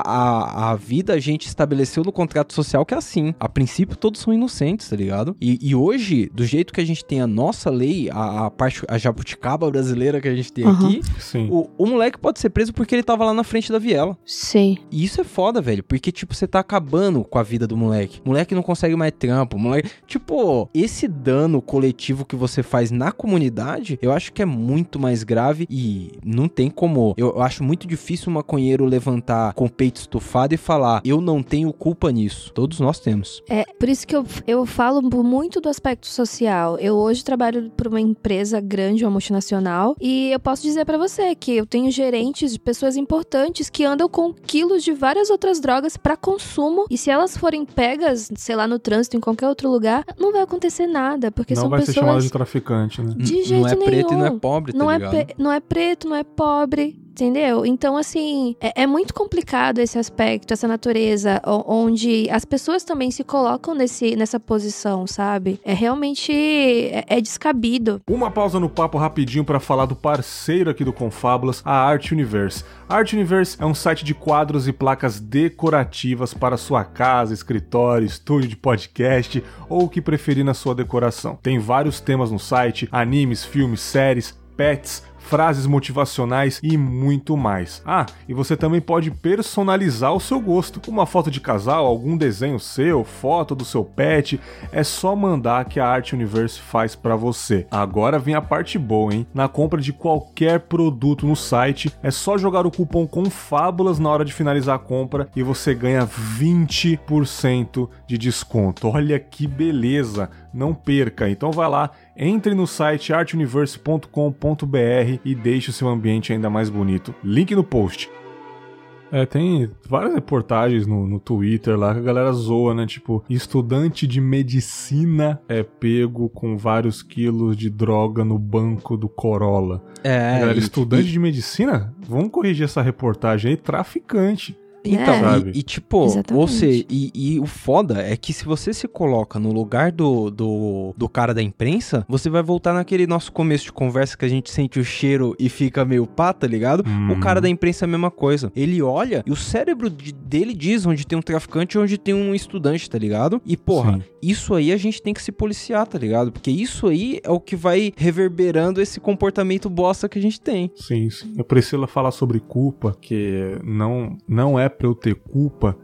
a vida a gente estabeleceu no contrato social que é assim. A princípio, todos são inocentes, tá ligado? E hoje, do jeito que a gente tem a nossa lei, a jabuticaba brasileira que a gente tem aqui, Sim. o moleque pode ser preso porque ele tava lá na frente da viela. Sim. E isso é foda, velho, porque, tipo, você tá acabando com a vida do moleque. O moleque não consegue mais trampo, moleque... Tipo, esse dano coletivo que você faz na comunidade, eu acho que é muito mais grave e não tem como... Eu acho muito difícil um maconheiro levantar com o peito estufado e falar, eu não tenho culpa nisso. Todos nós temos. É, por isso que eu falo muito do aspecto social. Eu hoje trabalho para uma empresa grande, uma multinacional, e eu posso dizer pra você que eu tenho gerentes de pessoas importantes que andam com quilos de várias outras drogas pra consumo, e se elas forem pegas, sei lá, no trânsito, em qualquer outro lugar, não vai acontecer nada, porque Não são vai pessoas... ser chamado de traficante, né? De jeito não é nenhum. preto e não é pobre, tá ligado? Não é preto, não é pobre, entendeu? Então, assim, é muito complicado esse aspecto, essa natureza, onde as pessoas também se colocam nessa posição, sabe? É realmente... É descabido. Uma pausa no papo rapidinho para falar do parceiro aqui do Confábulas, a Art Universe. A Art Universe é um site de quadros e placas decorativas para sua casa, escritório, estúdio de podcast ou o que preferir na sua decoração. Tem vários temas no site, animes, filmes, séries, pets, frases motivacionais e muito mais. Ah, e você também pode personalizar o seu gosto. Uma foto de casal, algum desenho seu, foto do seu pet, é só mandar que a Art Universe faz pra você. Agora vem a parte boa, hein? Na compra de qualquer produto no site, é só jogar o cupom CONFABULAS na hora de finalizar a compra e você ganha 20% de desconto. Olha que beleza! Não perca! Então vai lá, entre no site artuniverse.com.br e deixe o seu ambiente ainda mais bonito. Link no post. Tem várias reportagens no Twitter lá que a galera zoa, né? Tipo, estudante de medicina é pego com vários quilos de droga no banco do Corolla. Galera, estudante de medicina? Vamos corrigir essa reportagem aí, traficante. Então, sabe? tipo, Exatamente. ou seja, e o foda é que se você se coloca no lugar do cara da imprensa, você vai voltar naquele nosso começo de conversa que a gente sente o cheiro e fica meio pá, tá ligado? O cara da imprensa é a mesma coisa. Ele olha e o cérebro dele diz onde tem um traficante e onde tem um estudante, tá ligado? E, porra, Sim. Isso aí a gente tem que se policiar, tá ligado? Porque isso aí é o que vai reverberando esse comportamento bosta que a gente tem. Sim, sim. A Priscila fala sobre culpa, que não é pra eu ter culpa.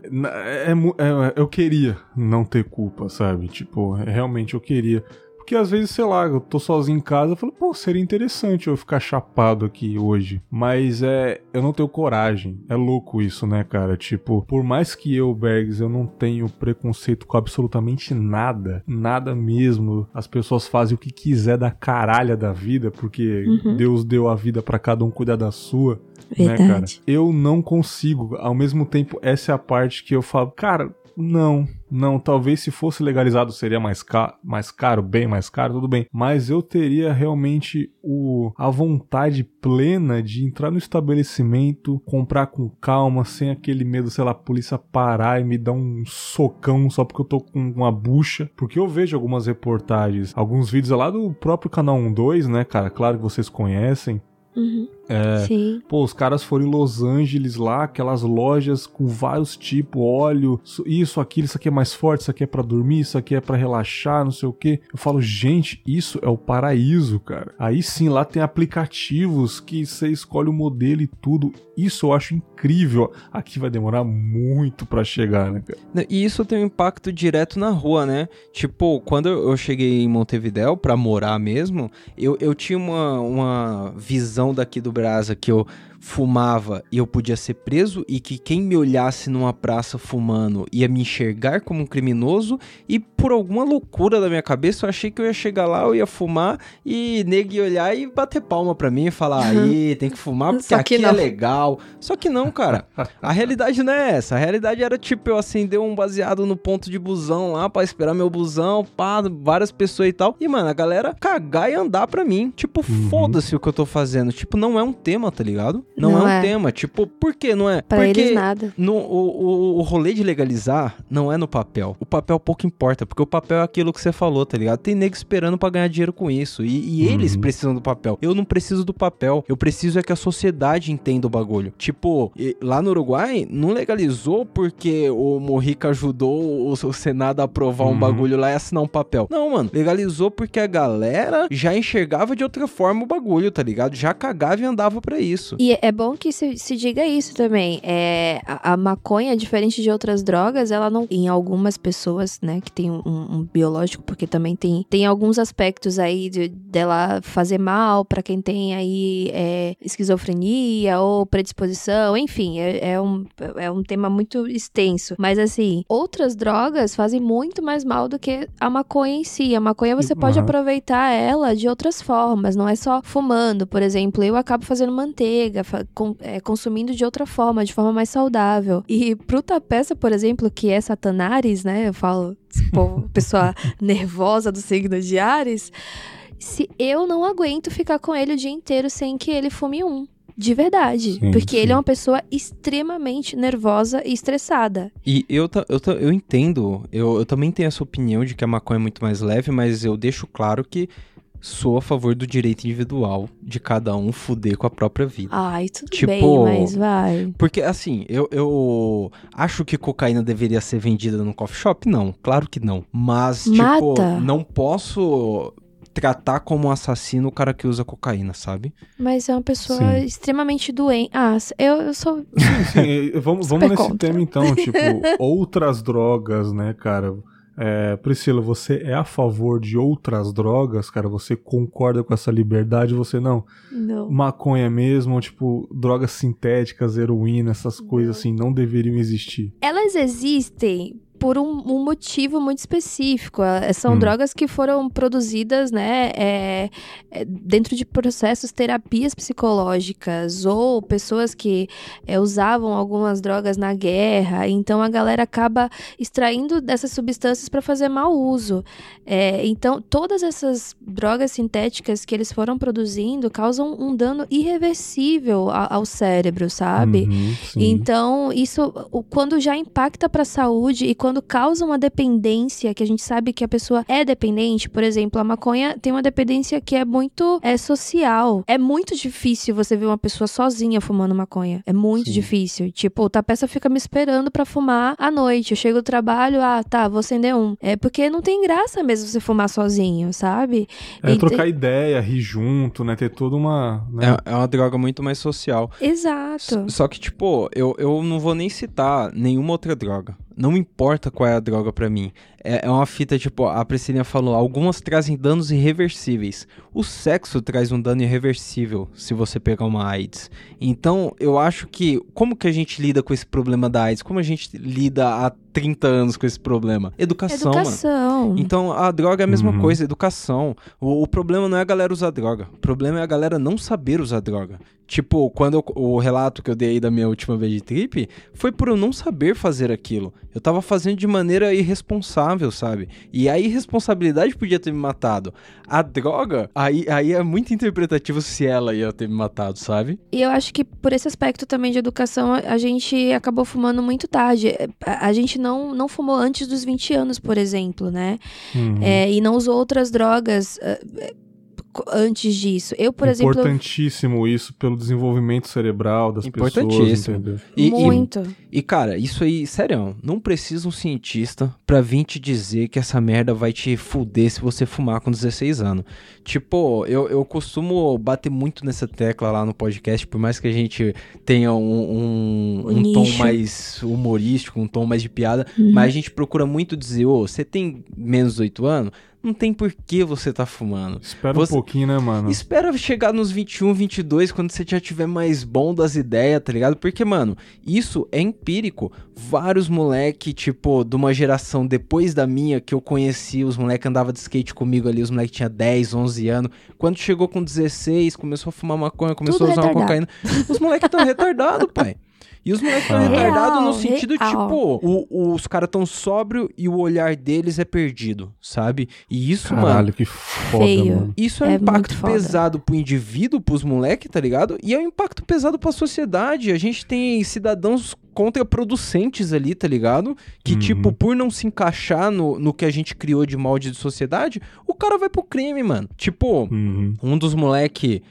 Eu queria não ter culpa, sabe? Tipo, realmente eu queria. Porque às vezes, sei lá, eu tô sozinho em casa, eu falo, pô, seria interessante eu ficar chapado aqui hoje. Mas eu não tenho coragem. É louco isso, né, cara? Tipo, por mais que Bergs, eu não tenho preconceito com absolutamente nada. Nada mesmo. As pessoas fazem o que quiser da caralha da vida, porque Deus deu a vida pra cada um cuidar da sua. Verdade. Né, cara? Eu não consigo. Ao mesmo tempo, essa é a parte que eu falo, cara, não, talvez se fosse legalizado seria mais caro, bem mais caro, tudo bem. Mas eu teria realmente a vontade plena de entrar no estabelecimento, comprar com calma, sem aquele medo, sei lá, a polícia parar e me dar um socão só porque eu tô com uma bucha. Porque eu vejo algumas reportagens, alguns vídeos lá do próprio canal 12, né, cara? Claro que vocês conhecem. Sim. Pô, os caras foram em Los Angeles lá, aquelas lojas com vários tipos, óleo, isso, aquilo, isso aqui é mais forte, isso aqui é pra dormir, isso aqui é pra relaxar, não sei o quê. Eu falo, gente, isso é o paraíso, cara. Aí sim, lá tem aplicativos que você escolhe o modelo e tudo. Isso eu acho incrível. Aqui vai demorar muito pra chegar, né, cara? E isso tem um impacto direto na rua, né? Tipo, quando eu cheguei em Montevidéu pra morar mesmo, eu tinha uma visão daqui do Brasa que eu fumava e eu podia ser preso e que quem me olhasse numa praça fumando ia me enxergar como um criminoso e por alguma loucura da minha cabeça eu achei que eu ia chegar lá, eu ia fumar e nego ia olhar e bater palma pra mim e falar, aí, tem que fumar porque aqui é legal. Só que não, cara. A realidade não é essa. A realidade era tipo eu acender um baseado no ponto de busão lá pra esperar meu busão, pá, várias pessoas e tal. E, mano, a galera cagar e andar pra mim. Tipo, foda-se o que eu tô fazendo. Tipo, não é um tema, tá ligado? Não é um tema. Tipo, por que não é? Pra porque eles nada. O rolê de legalizar não é no papel. O papel pouco importa, porque o papel é aquilo que você falou, tá ligado? Tem nego esperando pra ganhar dinheiro com isso. E eles precisam do papel. Eu não preciso do papel. Eu preciso é que a sociedade entenda o bagulho. Tipo, lá no Uruguai, não legalizou porque o Mujica ajudou o Senado a aprovar um bagulho lá e assinar um papel. Não, mano. Legalizou porque a galera já enxergava de outra forma o bagulho, tá ligado? Já cagava e andava pra isso. E é bom que se diga isso também. A maconha, diferente de outras drogas, ela não... Em algumas pessoas, né, que tem um biológico, porque também tem alguns aspectos aí dela fazer mal pra quem tem aí esquizofrenia ou predisposição, enfim, é um tema muito extenso. Mas assim, outras drogas fazem muito mais mal do que a maconha em si. A maconha você pode aproveitar ela de outras formas, não é só fumando. Por exemplo, eu acabo fazendo manteiga, consumindo de outra forma, de forma mais saudável. E pro Tapeça, por exemplo, que é Satanares, né, eu falo, pessoa nervosa do signo de Áries, se eu não aguento ficar com ele o dia inteiro sem que ele fume um. De verdade. Sim, porque ele é uma pessoa extremamente nervosa e estressada. E eu entendo, eu também tenho essa opinião de que a maconha é muito mais leve, mas eu deixo claro que sou a favor do direito individual de cada um fuder com a própria vida. Ai, tudo bem, mas vai. Porque, assim, eu acho que cocaína deveria ser vendida no coffee shop? Não, claro que não. Mas, tipo, não posso tratar como um assassino o cara que usa cocaína, sabe? Mas é uma pessoa extremamente doente. Ah, eu sou... Sim, vamos nesse tema então, tipo, outras drogas, né, cara... Priscila, você é a favor de outras drogas, cara? Você concorda com essa liberdade? Você não? Não. Maconha mesmo, tipo, drogas sintéticas, heroína, essas coisas assim, não deveriam existir. Elas existem por um motivo muito específico. São drogas que foram produzidas, né, dentro de processos, terapias psicológicas, ou pessoas que usavam algumas drogas na guerra. Então a galera acaba extraindo dessas substâncias para fazer mau uso. Então todas essas drogas sintéticas que eles foram produzindo causam um dano irreversível ao cérebro, sabe? Então isso, quando já impacta para a saúde e quando causa uma dependência, que a gente sabe que a pessoa é dependente, por exemplo, a maconha tem uma dependência que é muito social. É muito difícil você ver uma pessoa sozinha fumando maconha. É muito difícil. Tipo, o Tapeça fica me esperando pra fumar à noite. Eu chego do trabalho, vou acender um. Porque não tem graça mesmo você fumar sozinho, sabe? Trocar ideia, rir junto, né? Ter toda uma... Né? É uma droga muito mais social. Exato. Só que, tipo, eu não vou nem citar nenhuma outra droga. Não importa qual é a droga pra mim. É uma fita, tipo, a Priscilinha falou, algumas trazem danos irreversíveis. O sexo traz um dano irreversível se você pegar uma AIDS. Então, eu acho que, como que a gente lida com esse problema da AIDS? Como a gente lida há 30 anos com esse problema? Educação. Mano. Então, a droga é a mesma coisa, educação. O problema não é a galera usar droga. O problema é a galera não saber usar droga. Tipo, o relato que eu dei aí da minha última vez de trip, foi por eu não saber fazer aquilo. Eu tava fazendo de maneira irresponsável, sabe? E a irresponsabilidade podia ter me matado. A droga, aí é muito interpretativo se ela ia ter me matado, sabe? E eu acho que por esse aspecto também de educação, a gente acabou fumando muito tarde. A gente não fumou antes dos 20 anos, por exemplo, né? E não usou outras drogas... antes disso. Eu, por exemplo... Importantíssimo isso pelo desenvolvimento cerebral das pessoas, entendeu? Muito. E, cara, isso aí, sério, não precisa um cientista pra vir te dizer que essa merda vai te fuder se você fumar com 16 anos. Tipo, eu costumo bater muito nessa tecla lá no podcast, por mais que a gente tenha um tom mais humorístico, um tom mais de piada, mas a gente procura muito dizer, você tem menos de 8 anos? Não tem por que você tá fumando. Espera um pouquinho, né, mano? Espera chegar nos 21, 22, quando você já tiver mais bom das ideias, tá ligado? Porque, mano, isso é empírico. Vários moleque, tipo, de uma geração depois da minha, que eu conheci, os moleque andavam de skate comigo ali, os moleque tinha 10, 11 anos. Quando chegou com 16, começou a fumar maconha, começou a usar uma cocaína. Os moleque tão retardados, pai. E os moleques estão retardados no sentido, tipo, os caras tão sóbrios e o olhar deles é perdido, sabe? E isso, caralho, que foda, mano. Isso é um impacto pesado pro indivíduo, pros moleques, tá ligado? E é um impacto pesado pra sociedade. A gente tem cidadãos contraproducentes ali, tá ligado? Que, tipo, por não se encaixar no que a gente criou de molde de sociedade, o cara vai pro crime, mano. Tipo, um dos moleques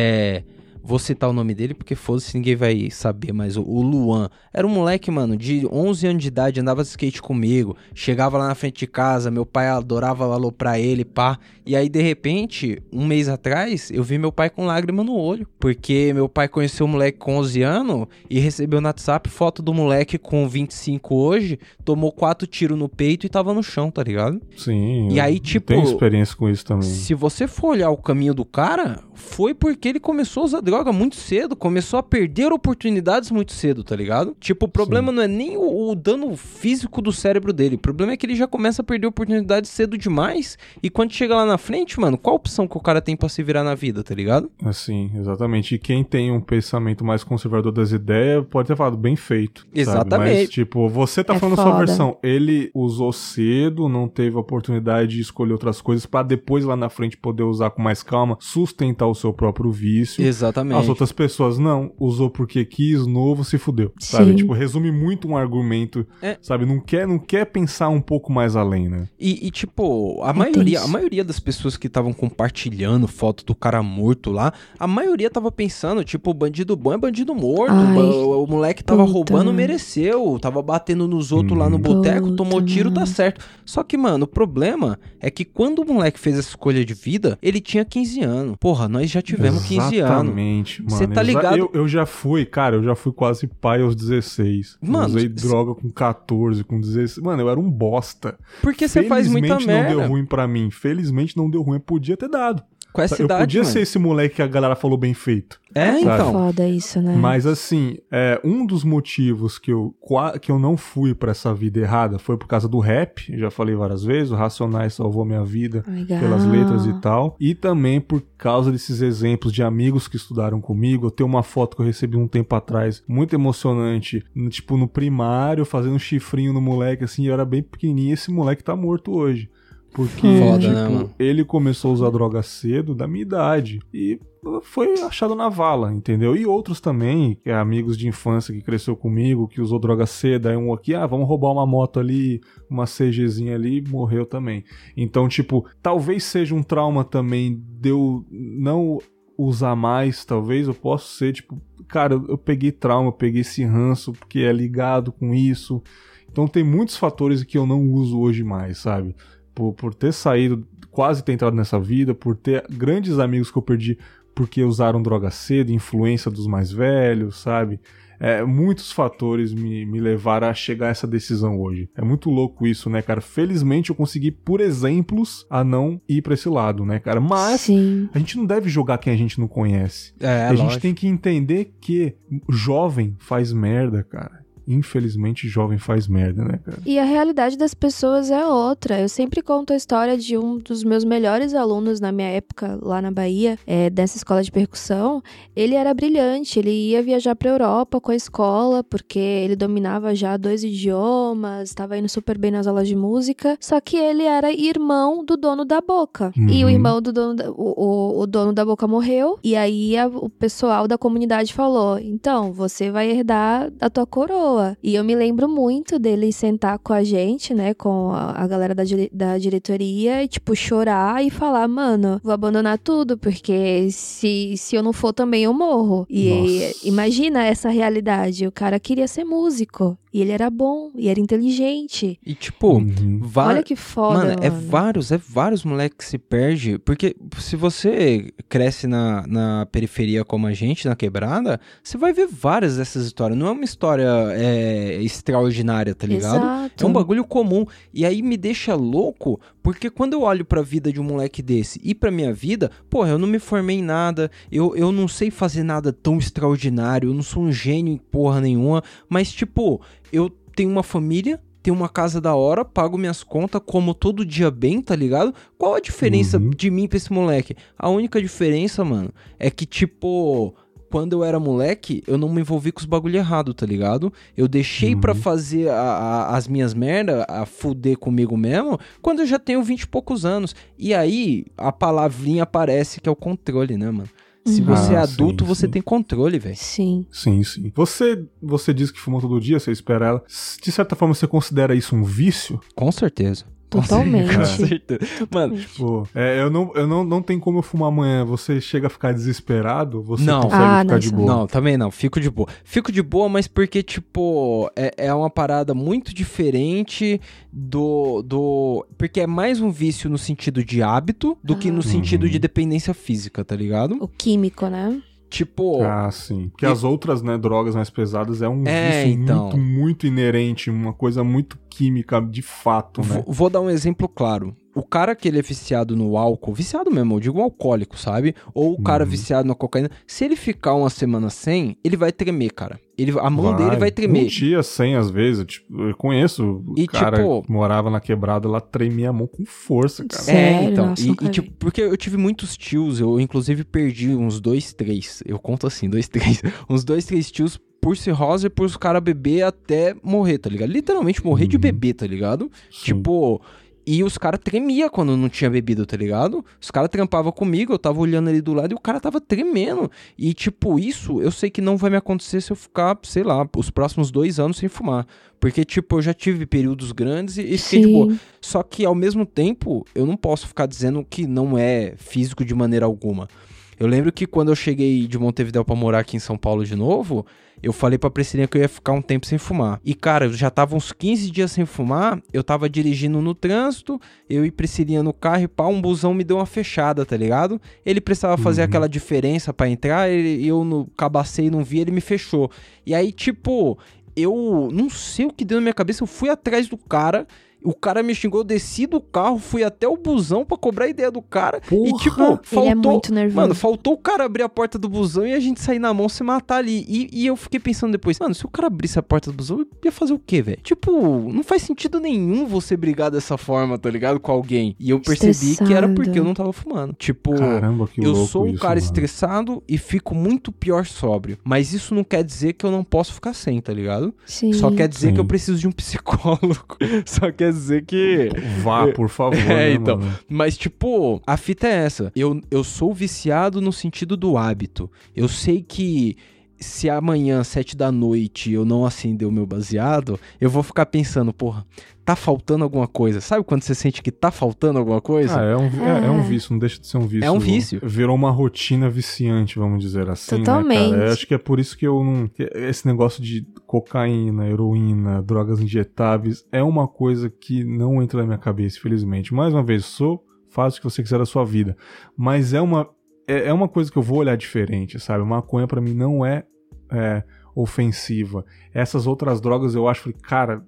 vou citar o nome dele porque foda-se, ninguém vai saber, mas o Luan era um moleque, mano, de 11 anos de idade, andava de skate comigo, chegava lá na frente de casa, meu pai adorava aloprar ele, pá, e aí de repente, um mês atrás, eu vi meu pai com lágrima no olho, porque meu pai conheceu o moleque com 11 anos e recebeu no WhatsApp foto do moleque com 25 hoje, tomou 4 tiros no peito e tava no chão, tá ligado? Sim, e aí, tipo, tenho experiência com isso também. Se você for olhar o caminho do cara, foi porque ele começou a usar droga muito cedo, começou a perder oportunidades muito cedo, tá ligado? Tipo, o problema não é nem o dano físico do cérebro dele, o problema é que ele já começa a perder oportunidades cedo demais, e quando chega lá na frente, mano, qual a opção que o cara tem pra se virar na vida, tá ligado? Assim, exatamente. E quem tem um pensamento mais conservador das ideias pode ter falado bem feito. Exatamente. Sabe? Mas, tipo, você tá falando a sua versão. Ele usou cedo, não teve a oportunidade de escolher outras coisas pra depois lá na frente poder usar com mais calma, sustentar o seu próprio vício. Exatamente. As outras pessoas não, usou porque quis, novo, se fudeu, sabe? Tipo, resume muito um argumento, sabe? Não quer pensar um pouco mais além, né? E tipo, a maioria das pessoas que estavam compartilhando foto do cara morto lá, a maioria tava pensando, tipo, bandido bom é bandido morto, o moleque tava roubando, mereceu, tava batendo nos outros lá no boteco, tomou tiro, tá certo. Só que, mano, o problema é que quando o moleque fez essa escolha de vida, ele tinha 15 anos. Porra, nós já tivemos 15 anos. Exatamente, mano. Você tá ligado? Eu já fui, cara, eu já fui quase pai aos 16. Mano, usei droga com 14, com 16. Mano, eu era um bosta. Porque você faz muita merda. Felizmente não deu ruim pra mim. Felizmente não deu ruim. Eu podia ter dado. Com essa idade, eu podia mano. ser esse moleque que a galera falou bem feito. Então. Foda isso, né? Mas assim, um dos motivos que eu não fui pra essa vida errada foi por causa do rap. Já falei várias vezes, o Racionais salvou minha vida pelas letras e tal. E também por causa desses exemplos de amigos que estudaram comigo. Eu tenho uma foto que eu recebi um tempo atrás, muito emocionante, tipo no primário, fazendo um chifrinho no moleque, assim, eu era bem pequenininho, e esse moleque tá morto hoje. Porque, tipo, ele começou a usar droga cedo, da minha idade, e foi achado na vala, entendeu? E outros também, que é amigos de infância que cresceu comigo, que usou droga cedo, aí um aqui, vamos roubar uma moto ali, uma CGzinha ali, morreu também. Então, tipo, talvez seja um trauma também de eu não usar mais, talvez eu possa ser, tipo, cara, eu peguei trauma, eu peguei esse ranço, porque é ligado com isso. Então tem muitos fatores que eu não uso hoje mais, sabe? Por ter saído, quase ter entrado nessa vida, por ter grandes amigos que eu perdi porque usaram droga cedo, influência dos mais velhos, sabe? Muitos fatores me levaram a chegar a essa decisão hoje. É muito louco isso, né, cara? Felizmente eu consegui, por exemplos, a não ir pra esse lado, né, cara? Mas a gente não deve jogar quem a gente não conhece. A gente tem que entender que jovem faz merda, cara. Infelizmente, jovem faz merda, né, cara? E a realidade das pessoas é outra. Eu sempre conto a história de um dos meus melhores alunos na minha época, lá na Bahia, dessa escola de percussão. Ele era brilhante, ele ia viajar pra Europa com a escola, porque ele dominava já 2 idiomas, estava indo super bem nas aulas de música, só que ele era irmão do dono da Boca. E o irmão do dono o dono da Boca morreu, e aí o pessoal da comunidade falou, então, você vai herdar a tua coroa. boa. E eu me lembro muito dele sentar com a gente, né, com a galera da diretoria, e, tipo, chorar e falar, mano, vou abandonar tudo, porque se eu não for também eu morro. E imagina essa realidade, o cara queria ser músico, e ele era bom, e era inteligente. E tipo, olha que foda, mano. É vários moleques que se perde, porque se você cresce na periferia como a gente, na quebrada, você vai ver várias dessas histórias. Não é uma história extraordinária, tá ligado? Exato. É um bagulho comum. E aí me deixa louco, porque quando eu olho pra vida de um moleque desse e pra minha vida, porra, eu não me formei em nada, eu não sei fazer nada tão extraordinário, eu não sou um gênio em porra nenhuma, mas tipo, eu tenho uma família, tenho uma casa da hora, pago minhas contas, como todo dia bem, tá ligado? Qual a diferença de mim pra esse moleque? A única diferença, mano, é que tipo... Quando eu era moleque, eu não me envolvi com os bagulho errado, tá ligado? Eu deixei pra fazer as minhas merda, a fuder comigo mesmo, quando eu já tenho 20 e poucos anos. E aí, a palavrinha aparece que é o controle, né, mano? Se você é adulto, você tem controle, velho. Sim. Sim. Você diz que fuma todo dia, você espera ela. De certa forma, você considera isso um vício? Com certeza. Totalmente. Com certeza. Mano, tipo, eu não tem como eu fumar amanhã. Você chega a ficar desesperado, você não. consegue ficar de boa. Não, também não. Fico de boa. Fico de boa, mas porque, tipo, é uma parada muito diferente porque é mais um vício no sentido de hábito do que no sentido de dependência física, tá ligado? O químico, né? Tipo... Ah, sim. Porque as outras, né, drogas mais pesadas é um vício muito inerente, uma coisa muito química de fato, né? Vou dar um exemplo claro. O cara que ele é viciado no álcool, viciado mesmo, eu digo um alcoólico, sabe? Ou o cara viciado na cocaína, se ele ficar uma semana sem, ele vai tremer, cara. A mão dele vai tremer. Um dia sem, às vezes. Tipo, eu conheço o cara que morava na quebrada, lá tremia a mão com força, cara. Sério? Então. Nossa, tipo, porque eu tive muitos tios, eu inclusive perdi uns 2, 3. Eu conto assim, 2, 3. Uns 2, 3 tios por cirrose e por os caras beber até morrer, tá ligado? Literalmente morrer de beber, tá ligado? Sim. Tipo... E os caras tremiam quando não tinha bebido, tá ligado? Os caras trampavam comigo, eu tava olhando ali do lado e o cara tava tremendo. E, tipo, isso eu sei que não vai me acontecer se eu ficar, sei lá, os próximos 2 anos sem fumar. Porque, tipo, eu já tive períodos grandes e fiquei de boa. Só que, ao mesmo tempo, eu não posso ficar dizendo que não é físico de maneira alguma. Eu lembro que quando eu cheguei de Montevidéu pra morar aqui em São Paulo de novo, eu falei pra Priscilinha que eu ia ficar um tempo sem fumar. E, cara, eu já tava uns 15 dias sem fumar, eu tava dirigindo no trânsito, eu e Priscilinha no carro e pá, um busão me deu uma fechada, tá ligado? Ele precisava fazer aquela diferença pra entrar, eu cabacei e não vi, ele me fechou. E aí, tipo, eu não sei o que deu na minha cabeça, eu fui atrás do cara... O cara me xingou, eu desci do carro, fui até o busão pra cobrar a ideia do cara. Porra, e tipo, faltou... ele é muito nervoso. Mano, faltou o cara abrir a porta do busão e a gente sair na mão se matar ali. E eu fiquei pensando depois, mano, se o cara abrisse a porta do busão, eu ia fazer o quê, velho? Tipo, não faz sentido nenhum você brigar dessa forma, tá ligado? Com alguém. E eu percebi que era porque eu não tava fumando. Tipo, caramba, que eu louco sou um isso, cara mano. estressado e fico muito pior sóbrio. Mas isso não quer dizer que eu não posso ficar sem, tá ligado? Sim. Só quer dizer que eu preciso de um psicólogo. Só quer dizer que... Vá, por favor, né, então. mano? Mas, tipo, a fita é essa. Eu sou viciado no sentido do hábito. Eu sei que se amanhã, 7 da noite, eu não acender o meu baseado, eu vou ficar pensando, porra, tá faltando alguma coisa. Sabe quando você sente que tá faltando alguma coisa? É um vício, não deixa de ser um vício. É um vício. Virou uma rotina viciante, vamos dizer assim, Totalmente. né, cara? Eu acho que é por isso que eu não... Esse negócio de cocaína, heroína, drogas injetáveis, é uma coisa que não entra na minha cabeça, infelizmente. Mais uma vez, faça o que você quiser da sua vida. Mas é uma coisa que eu vou olhar diferente, sabe? Maconha pra mim não é ofensiva. Essas outras drogas eu acho, cara,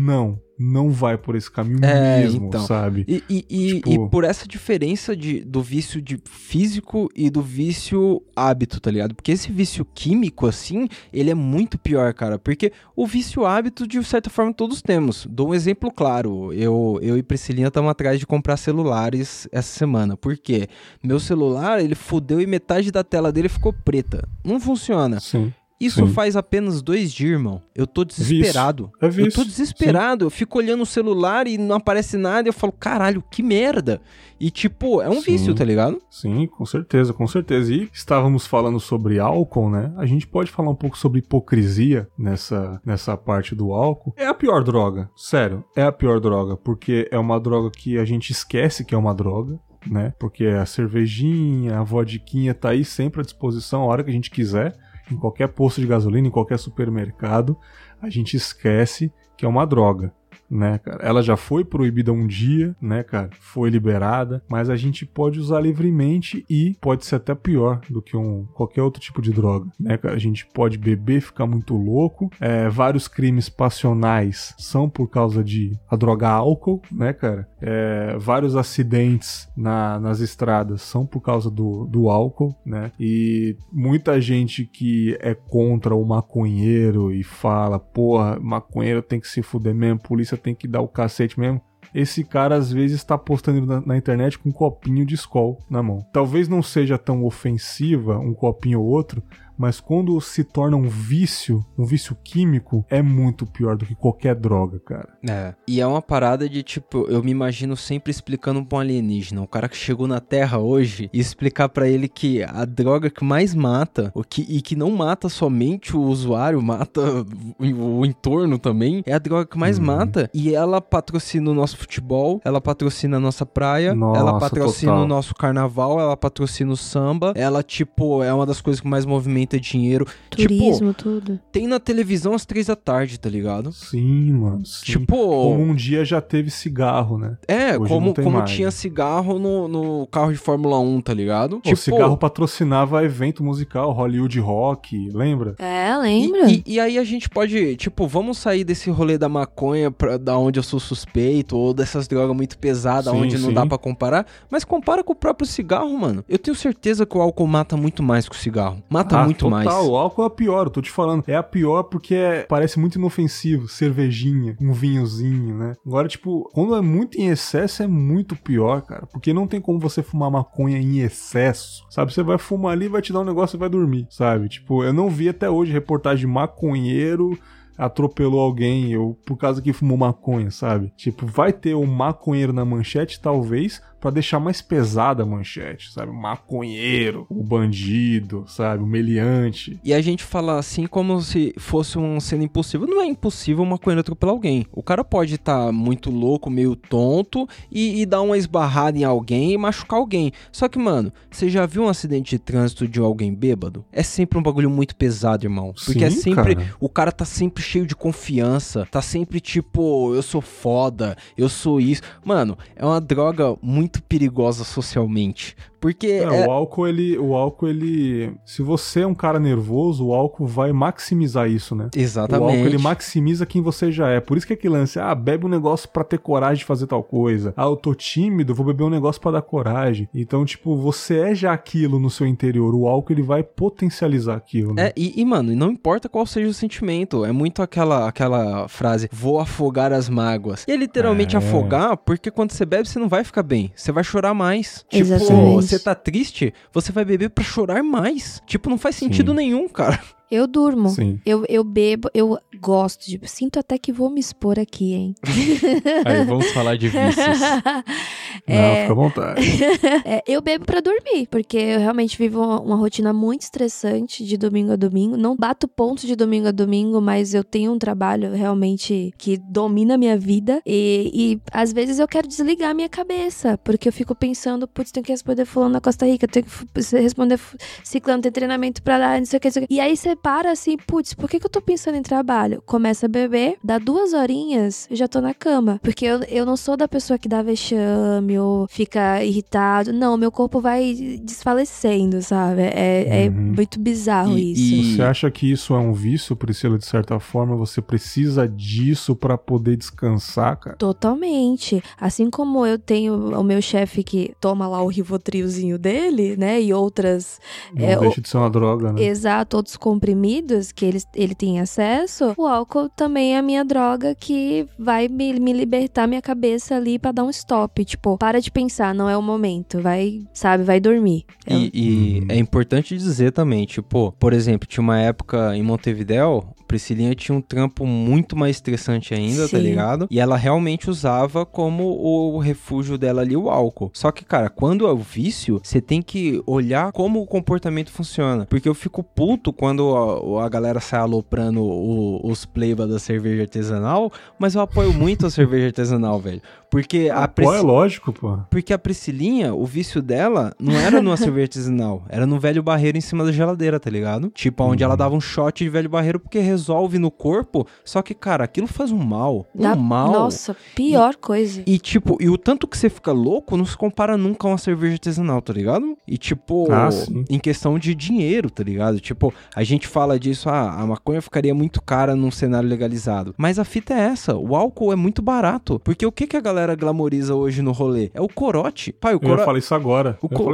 não vai por esse caminho mesmo, então, sabe? E por essa diferença do vício de físico e do vício hábito, tá ligado? Porque esse vício químico, assim, ele é muito pior, cara. Porque o vício hábito, de certa forma, todos temos. Dou um exemplo claro. Eu e Priscilinha estamos atrás de comprar celulares essa semana. Por quê? Meu celular, ele fudeu e metade da tela dele ficou preta. Não funciona. Sim. Isso faz apenas 2 dias, irmão. Eu tô desesperado. Vício. Eu tô desesperado. Sim. Eu fico olhando o celular e não aparece nada e eu falo, caralho, que merda. E tipo, é um vício, tá ligado? Sim, com certeza, com certeza. E estávamos falando sobre álcool, né? A gente pode falar um pouco sobre hipocrisia nessa parte do álcool. É a pior droga, sério, é a pior droga, porque é uma droga que a gente esquece que é uma droga, né? Porque a cervejinha, a vodquinha tá aí sempre à disposição a hora que a gente quiser, em qualquer posto de gasolina, em qualquer supermercado, a gente esquece que é uma droga, né, cara? Ela já foi proibida um dia, né, cara? Foi liberada, mas a gente pode usar livremente e pode ser até pior do que qualquer outro tipo de droga, né, cara? A gente pode beber, ficar muito louco. Vários crimes passionais são por causa de a droga álcool, né, cara? Vários acidentes nas estradas são por causa do álcool, né? E muita gente que é contra o maconheiro e fala, porra, maconheiro tem que se fuder mesmo, polícia tem que dar o cacete mesmo. Esse cara às vezes está postando na internet com um copinho de Skol na mão. Talvez não seja tão ofensiva um copinho ou outro, mas quando se torna um vício químico, é muito pior do que qualquer droga, cara. E é uma parada de, tipo, eu me imagino sempre explicando pra um alienígena, o cara que chegou na Terra hoje, e explicar pra ele que a droga que mais mata, e que não mata somente o usuário, mata o entorno também, é a droga que mais mata, e ela patrocina o nosso futebol, ela patrocina a nossa praia, ela patrocina o nosso carnaval, ela patrocina o samba, ela, tipo, é uma das coisas que mais movimenta dinheiro. Turismo, tipo, tudo. Tem na televisão às 3 da tarde, tá ligado? Sim, mano. Sim. Tipo... Como um dia já teve cigarro, né? Hoje como tinha cigarro no carro de Fórmula 1, tá ligado? O cigarro patrocinava evento musical, Hollywood Rock, lembra? Lembra. E aí a gente pode, tipo, vamos sair desse rolê da maconha da onde eu sou suspeito, ou dessas drogas muito pesadas, onde não dá pra comparar, mas compara com o próprio cigarro, mano. Eu tenho certeza que o álcool mata muito mais que o cigarro. Mata muito total, mais. O álcool é a pior, eu tô te falando. É a pior porque parece muito inofensivo. Cervejinha, um vinhozinho, né? Agora, tipo, quando é muito em excesso, é muito pior, cara. Porque não tem como você fumar maconha em excesso, sabe? Você vai fumar ali, vai te dar um negócio e vai dormir, sabe? Tipo, eu não vi até hoje reportagem de maconheiro atropelou alguém por causa que fumou maconha, sabe? Tipo, vai ter um maconheiro na manchete, talvez, pra deixar mais pesada a manchete, sabe? Maconheiro, o bandido, sabe? O meliante. E a gente fala assim como se fosse uma cena impossível. Não é impossível uma maconheiro atropelar alguém. O cara pode estar muito louco, meio tonto e dar uma esbarrada em alguém e machucar alguém. Só que, mano, você já viu um acidente de trânsito de alguém bêbado? É sempre um bagulho muito pesado, irmão. Porque é sempre... Cara. O cara tá sempre cheio de confiança. Tá sempre tipo, eu sou foda, eu sou isso. Mano, é uma droga muito perigosa socialmente. Porque o álcool, ele... Se você é um cara nervoso, o álcool vai maximizar isso, né? Exatamente. O álcool, ele maximiza quem você já é. Por isso que é que lance, bebe um negócio pra ter coragem de fazer tal coisa. Eu tô tímido, vou beber um negócio pra dar coragem. Então, tipo, você é já aquilo no seu interior. O álcool, ele vai potencializar aquilo, né? Mano, não importa qual seja o sentimento. É muito aquela frase, vou afogar as mágoas. E é literalmente afogar, porque quando você bebe, você não vai ficar bem. Você vai chorar mais. Exatamente. Tipo, você tá triste, você vai beber pra chorar mais. Tipo, não faz sentido nenhum, cara. Eu durmo. Sim. Eu bebo, eu gosto de... Sinto até que vou me expor aqui, hein? Aí vamos falar de vícios. Não, fica à vontade. Eu bebo pra dormir, porque eu realmente vivo uma rotina muito estressante de domingo a domingo. Não bato ponto de domingo a domingo, mas eu tenho um trabalho realmente que domina a minha vida. E às vezes eu quero desligar a minha cabeça, porque eu fico pensando, putz, tenho que responder fulano na Costa Rica, tenho que responder ciclano, tem treinamento pra dar, não sei o que. E aí você para assim, putz, por que eu tô pensando em trabalho? Começa a beber, dá 2 horinhas, eu já tô na cama. Porque eu não sou da pessoa que dá vexame ou fica irritado. Não, meu corpo vai desfalecendo, sabe? É muito bizarro isso. Você acha que isso é um vício, Priscila, de certa forma? Você precisa disso pra poder descansar, cara? Totalmente. Assim como eu tenho o meu chefe que toma lá o Rivotrilzinho dele, né? E outras... Não deixa de ser uma droga, né? Exato, outros comprimidos comprimidos que ele tem acesso, o álcool também é a minha droga que vai me libertar minha cabeça ali pra dar um stop. Tipo, para de pensar, não é o momento. Vai dormir. E é importante dizer também, tipo, por exemplo, tinha uma época em Montevidéu, Priscilinha tinha um trampo muito mais estressante ainda, Sim. tá ligado? E ela realmente usava como o refúgio dela ali o álcool. Só que, cara, quando é o vício, você tem que olhar como o comportamento funciona. Porque eu fico puto quando a galera sai aloprando os playba da cerveja artesanal, mas eu apoio muito a cerveja artesanal, velho. Porque é lógico, pô. Porque a Priscilinha, o vício dela não era numa cerveja artesanal, era no velho barreiro em cima da geladeira, tá ligado? Tipo, onde ela dava um shot de velho barreiro porque resolve no corpo, só que, cara, aquilo faz um mal. Mal. Nossa, pior coisa. E, tipo, o tanto que você fica louco não se compara nunca a uma cerveja artesanal, tá ligado? E, tipo, em questão de dinheiro, tá ligado? Tipo, a gente fala disso, a maconha ficaria muito cara num cenário legalizado. Mas a fita é essa, o álcool é muito barato. Porque o que a galera glamoriza hoje no rolê? É o corote. Pai, Eu falei isso agora.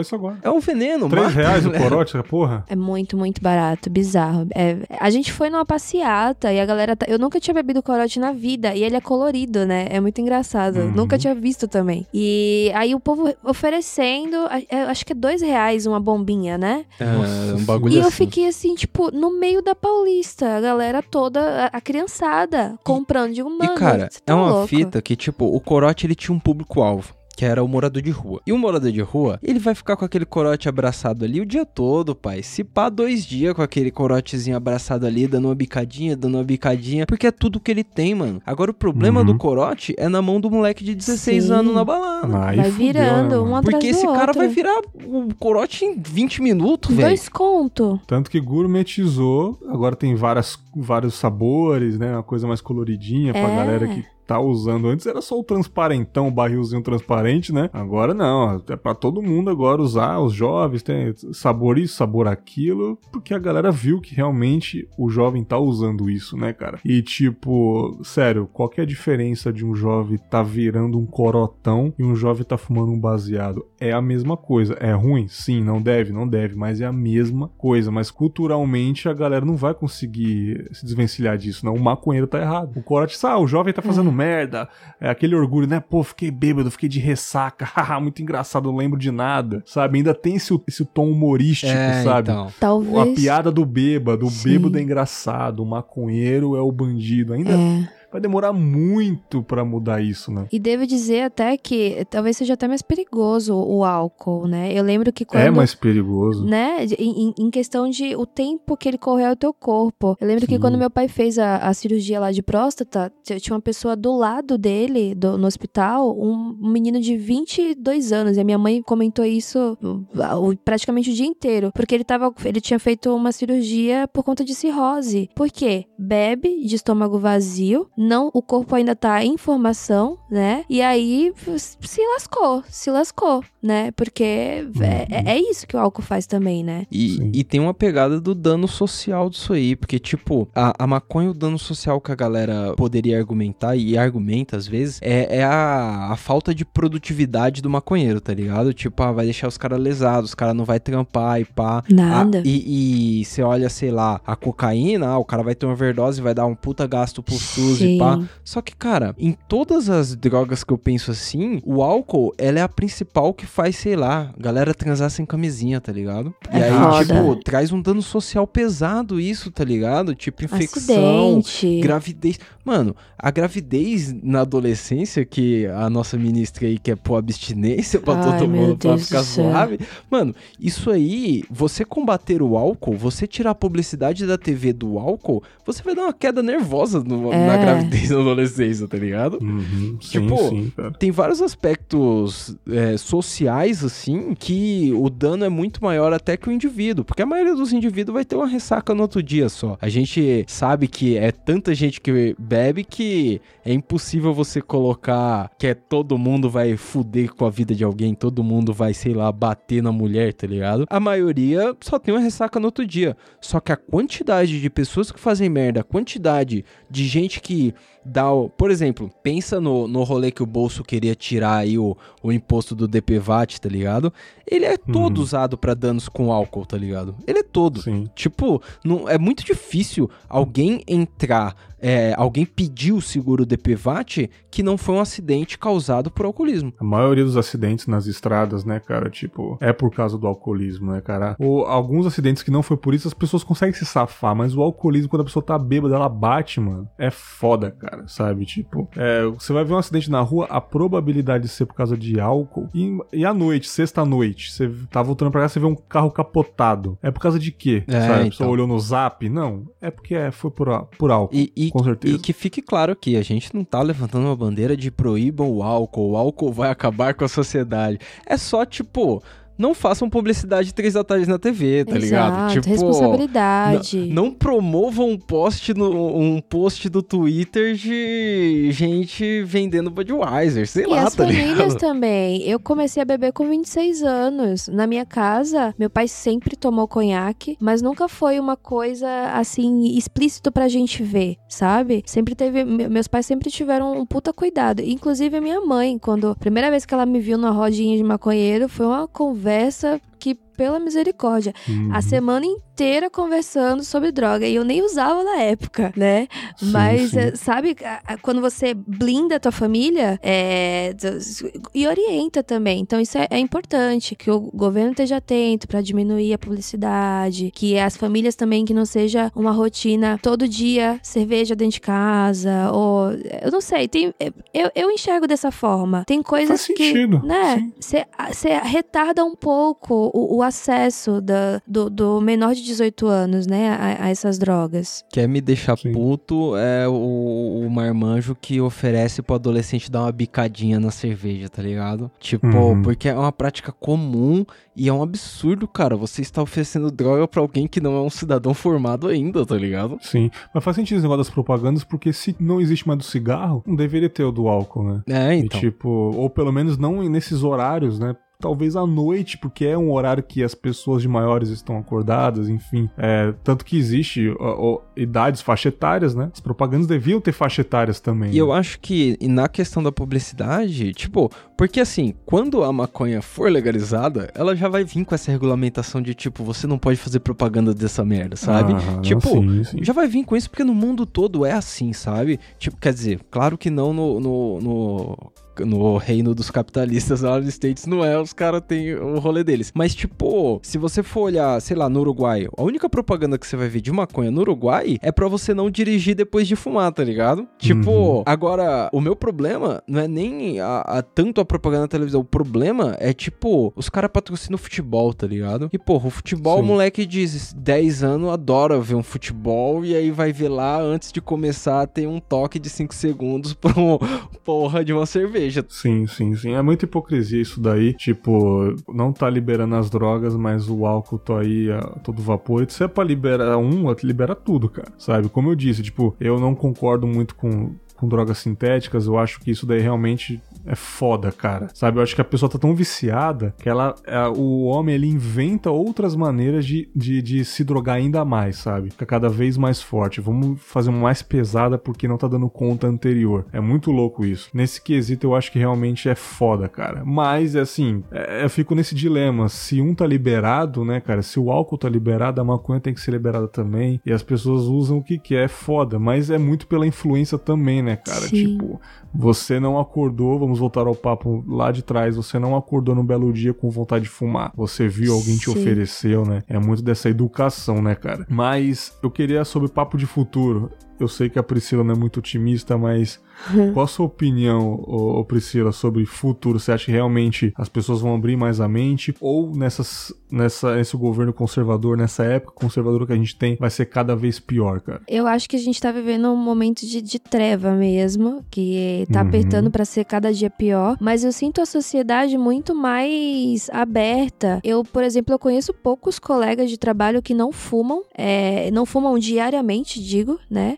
É um veneno, R$3 o corote, corote, porra. É muito, muito barato, bizarro. A gente foi numa passeata e a galera... Eu nunca tinha bebido corote na vida e ele é colorido, né? É muito engraçado. Nunca tinha visto também. E aí o povo oferecendo, acho que é R$2 uma bombinha, né? Um bagulho e assim. eu fiquei assim, tipo, no meio da Paulista, a galera toda, a criançada, comprando. Digo, mano, e cara, você tá é uma louco. fita que, tipo, o corote, ele tinha um público-alvo, que era o morador de rua. E o morador de rua, ele vai ficar com aquele corote abraçado ali o dia todo, pai. Se pá 2 dias com aquele corotezinho abraçado ali, dando uma bicadinha, porque é tudo que ele tem, mano. Agora o problema do corote é na mão do moleque de 16 anos na balada. Vai virando um atrás porque do esse cara outro. vai virar o corote em 20 minutos, velho. 2 conto. Tanto que gourmetizou, agora tem vários sabores, né? Uma coisa mais coloridinha pra galera que tá usando. Antes era só o transparentão, o barrilzinho transparente, né? Agora não, é pra todo mundo agora usar, os jovens, tem sabor isso, sabor aquilo, porque a galera viu que realmente o jovem tá usando isso, né, cara? E tipo, sério, qual que é a diferença de um jovem tá virando um corotão e um jovem tá fumando um baseado? É a mesma coisa. É ruim? Sim, não deve, mas é a mesma coisa. Mas culturalmente a galera não vai conseguir se desvencilhar disso, não. O maconheiro tá errado. O corote, o jovem tá fazendo merda, é aquele orgulho, né? Pô, fiquei bêbado, fiquei de ressaca, haha, muito engraçado, não lembro de nada, sabe? Ainda tem esse tom humorístico, sabe? Então. Talvez. A piada do bêbado, o bêbado é engraçado, o maconheiro é o bandido, ainda... Vai demorar muito pra mudar isso, né? E devo dizer até que talvez seja até mais perigoso o álcool, né? Eu lembro que quando... É mais perigoso. Né? Em questão de o tempo que ele correu ao teu corpo. Eu lembro que quando meu pai fez a cirurgia lá de próstata, tinha uma pessoa do lado dele, no hospital, um menino de 22 anos. E a minha mãe comentou isso praticamente o dia inteiro. Porque ele tinha feito uma cirurgia por conta de cirrose. Por quê? Bebe de estômago vazio, o corpo ainda tá em formação, né? E aí se lascou, né? Porque é isso que o álcool faz também, né? E tem uma pegada do dano social disso aí, porque, tipo, a maconha, o dano social que a galera poderia argumentar, e argumenta às vezes, é a falta de produtividade do maconheiro, tá ligado? Tipo, vai deixar os caras lesados, os caras não vai trampar e pá. Nada. E você olha, sei lá, a cocaína, o cara vai ter uma overdose, vai dar um puta gasto pro SUS e pá. Só que, cara, em todas as drogas que eu penso assim, o álcool, ela é a principal que faz, sei lá, galera transar sem camisinha, tá ligado? E aí, foda. tipo, traz um dano social pesado isso, tá ligado? Tipo, infecção, acidente, gravidez. Mano, a gravidez na adolescência, que a nossa ministra aí quer pôr abstinência pra todo mundo, pra ficar suave. Mano, isso aí, você combater o álcool, você tirar a publicidade da TV do álcool, você vai dar uma queda nervosa na gravidez na adolescência, tá ligado? Tipo, sim, tem vários aspectos sociais, assim, que o dano é muito maior até que o indivíduo, porque a maioria dos indivíduos vai ter uma ressaca no outro dia só. A gente sabe que é tanta gente que bebe que é impossível você colocar que todo mundo vai fuder com a vida de alguém, todo mundo vai, sei lá, bater na mulher, tá ligado? A maioria só tem uma ressaca no outro dia. Só que a quantidade de pessoas que fazem merda, a quantidade de gente que que dá... Por exemplo, pensa no rolê que o Bolso queria tirar aí o imposto do DPVAT, tá ligado? Ele é todo usado pra danos com álcool, tá ligado? Ele é todo. Sim. Tipo, não, é muito difícil alguém entrar... alguém pedir o seguro DPVAT que não foi um acidente causado por alcoolismo. A maioria dos acidentes nas estradas, né, cara, tipo, é por causa do alcoolismo, né, cara? Ou alguns acidentes que não foi por isso, as pessoas conseguem se safar, mas o alcoolismo, quando a pessoa tá bêbada, ela bate, mano, é foda, cara, sabe? Tipo, você vai ver um acidente na rua, a probabilidade de ser por causa de álcool, e à noite, sexta-noite, você tá voltando pra cá, você vê um carro capotado. É por causa de quê? Sabe? A pessoa olhou no Zap? Não, é porque foi por álcool. Com certeza. E que fique claro aqui, a gente não tá levantando uma bandeira de proíbam o álcool vai acabar com a sociedade. É só, tipo... Não façam publicidade 3 da tarde na TV, tá ligado? Tipo, responsabilidade. Não promovam um post do Twitter de gente vendendo Budweiser, sei lá, tá ligado? E as famílias também. Eu comecei a beber com 26 anos. Na minha casa, meu pai sempre tomou conhaque, mas nunca foi uma coisa, assim, explícito pra gente ver, sabe? Sempre teve... Meus pais sempre tiveram um puta cuidado. Inclusive, a minha mãe, quando... A primeira vez que ela me viu numa rodinha de maconheiro, foi uma conversa que, pela misericórdia, a semana inteira conversando sobre droga, e eu nem usava na época, né? Sim, mas, sim. sabe, quando você blinda a tua família e orienta também, então isso é importante, que o governo esteja atento pra diminuir a publicidade, que as famílias também, que não seja uma rotina todo dia, cerveja dentro de casa, ou, eu não sei, eu enxergo dessa forma, tem coisas Faz sentido, que, né, você retarda um pouco o acesso do menor de 18 anos, né, a essas drogas. Quer me deixar Sim. puto é o marmanjo que oferece pro adolescente dar uma bicadinha na cerveja, tá ligado? Tipo, porque é uma prática comum e é um absurdo, cara, você está oferecendo droga pra alguém que não é um cidadão formado ainda, tá ligado? Sim, mas faz sentido esse negócio das propagandas, porque se não existe mais do cigarro, não deveria ter o do álcool, né? Então. E, tipo, ou pelo menos não nesses horários, né? Talvez à noite, porque é um horário que as pessoas de maiores estão acordadas, enfim. Tanto que existe idades, faixa etárias, né? As propagandas deviam ter faixa etárias também. E eu acho que na questão da publicidade, tipo, porque assim, quando a maconha for legalizada, ela já vai vir com essa regulamentação de tipo, você não pode fazer propaganda dessa merda, sabe? Tipo, sim. já vai vir com isso porque no mundo todo é assim, sabe? Tipo, quer dizer, claro que não no reino dos capitalistas lá nos States não é, os caras têm o rolê deles. Mas, tipo, se você for olhar, sei lá, no Uruguai, a única propaganda que você vai ver de maconha no Uruguai é pra você não dirigir depois de fumar, tá ligado? Tipo, agora, o meu problema não é nem tanto a propaganda na televisão, o problema é, tipo, os caras patrocinam futebol, tá ligado? E, porra, o futebol, o moleque de 10 anos adora ver um futebol e aí vai ver lá, antes de começar, tem um toque de 5 segundos pra porra de uma cerveja. Sim. É muita hipocrisia isso daí. Tipo, não tá liberando as drogas, mas o álcool tá aí a todo vapor. E se é pra liberar libera tudo, cara. Sabe? Como eu disse, tipo, eu não concordo muito com drogas sintéticas, eu acho que isso daí realmente é foda, cara. Sabe, eu acho que a pessoa tá tão viciada que o homem, ele inventa outras maneiras de se drogar ainda mais, sabe? Fica cada vez mais forte. Vamos fazer uma mais pesada porque não tá dando conta anterior. É muito louco isso. Nesse quesito, eu acho que realmente é foda, cara. Mas, assim, eu fico nesse dilema. Se um tá liberado, né, cara? Se o álcool tá liberado, a maconha tem que ser liberada também. E as pessoas usam o que quer. É foda. Mas é muito pela influência também, né, cara? Sim. Tipo, você não acordou, vamos voltar ao papo lá de trás, você não acordou num belo dia com vontade de fumar. Você viu, alguém te ofereceu, né? É muito dessa educação, né, cara? Mas eu queria, sobre papo de futuro, eu sei que a Priscila não é muito otimista, mas qual a sua opinião, Priscila, sobre futuro? Você acha que realmente as pessoas vão abrir mais a mente? Ou nesse governo conservador, nessa época conservadora que a gente tem, vai ser cada vez pior, cara? Eu acho que a gente tá vivendo um momento de treva mesmo, que tá apertando pra ser cada dia pior, mas eu sinto a sociedade muito mais aberta. Eu, por exemplo, eu conheço poucos colegas de trabalho que não fumam diariamente, digo, né?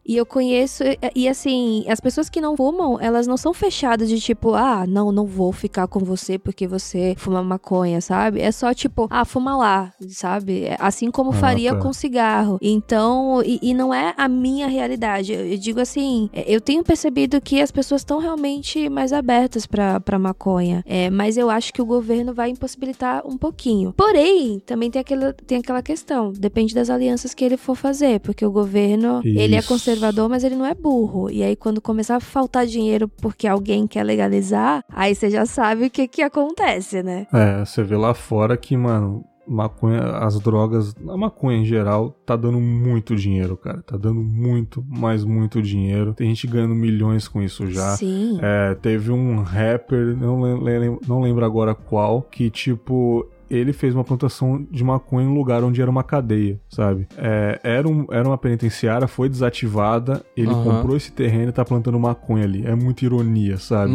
E eu conheço, e assim, as pessoas que não fumam, elas não são fechadas de tipo, não vou ficar com você porque você fuma maconha, sabe? É só tipo, fuma lá, sabe? Assim como faria com cigarro. Então, e não é a minha realidade. Eu digo assim, eu tenho percebido que as pessoas estão realmente mais abertas pra maconha. Mas eu acho que o governo vai impossibilitar um pouquinho. Porém, também tem aquela questão. Depende das alianças que ele for fazer. Porque o governo, ele é conservador, mas ele não é burro. E aí, quando começar a faltar dinheiro porque alguém quer legalizar, aí você já sabe o que acontece, né? Você vê lá fora que, mano, maconha, as drogas, a maconha em geral, tá dando muito dinheiro, cara. Tá dando muito, mas muito dinheiro. Tem gente ganhando milhões com isso já. Sim. Teve um rapper, não lembro agora qual, que tipo... ele fez uma plantação de maconha em um lugar onde era uma cadeia, sabe? Era uma penitenciária, foi desativada, ele comprou esse terreno e tá plantando maconha ali. É muita ironia, sabe?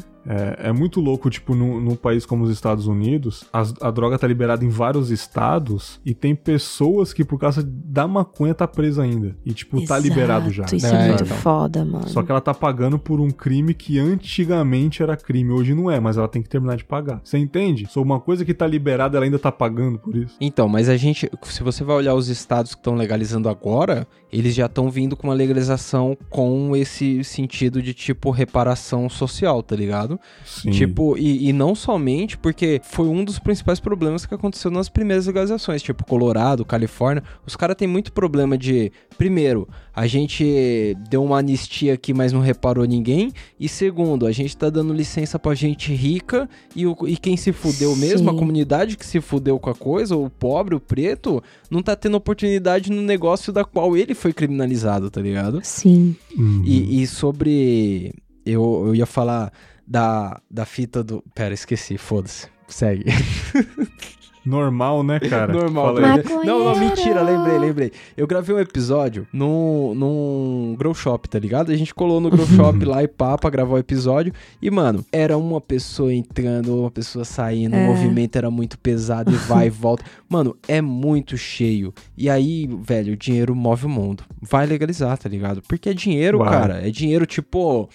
É muito louco, tipo, num país como os Estados Unidos, a droga tá liberada em vários estados e tem pessoas que por causa da maconha tá presa ainda. E, tipo, Exato, tá liberado já. Isso é muito foda, mano. Só que ela tá pagando por um crime que antigamente era crime. Hoje não é, mas ela tem que terminar de pagar. Você entende? Só uma coisa que tá liberada, ela ainda tá pagando por isso. Então, mas se você vai olhar os estados que estão legalizando agora, eles já estão vindo com uma legalização com esse sentido de, tipo, reparação social, tá ligado? Sim. Tipo, e não somente porque foi um dos principais problemas que aconteceu nas primeiras legalizações, tipo Colorado, Califórnia, os caras têm muito problema de, primeiro, a gente deu uma anistia aqui, mas não reparou ninguém, e segundo, a gente tá dando licença pra gente rica e quem se fudeu mesmo, a comunidade que se fudeu com a coisa, o pobre, o preto, não tá tendo oportunidade no negócio da qual ele foi criminalizado, tá ligado? Sim. E sobre... Eu ia falar da fita do... Pera, esqueci, foda-se. Segue. Normal, né, cara? Normal. Não, mentira, lembrei. Eu gravei um episódio num Grow Shop, tá ligado? A gente colou no Grow Shop lá e pá, pra gravar o episódio. E, mano, era uma pessoa entrando, uma pessoa saindo, o movimento era muito pesado e vai e volta. Mano, é muito cheio. E aí, velho, o dinheiro move o mundo. Vai legalizar, tá ligado? Porque é dinheiro, cara. É dinheiro, tipo...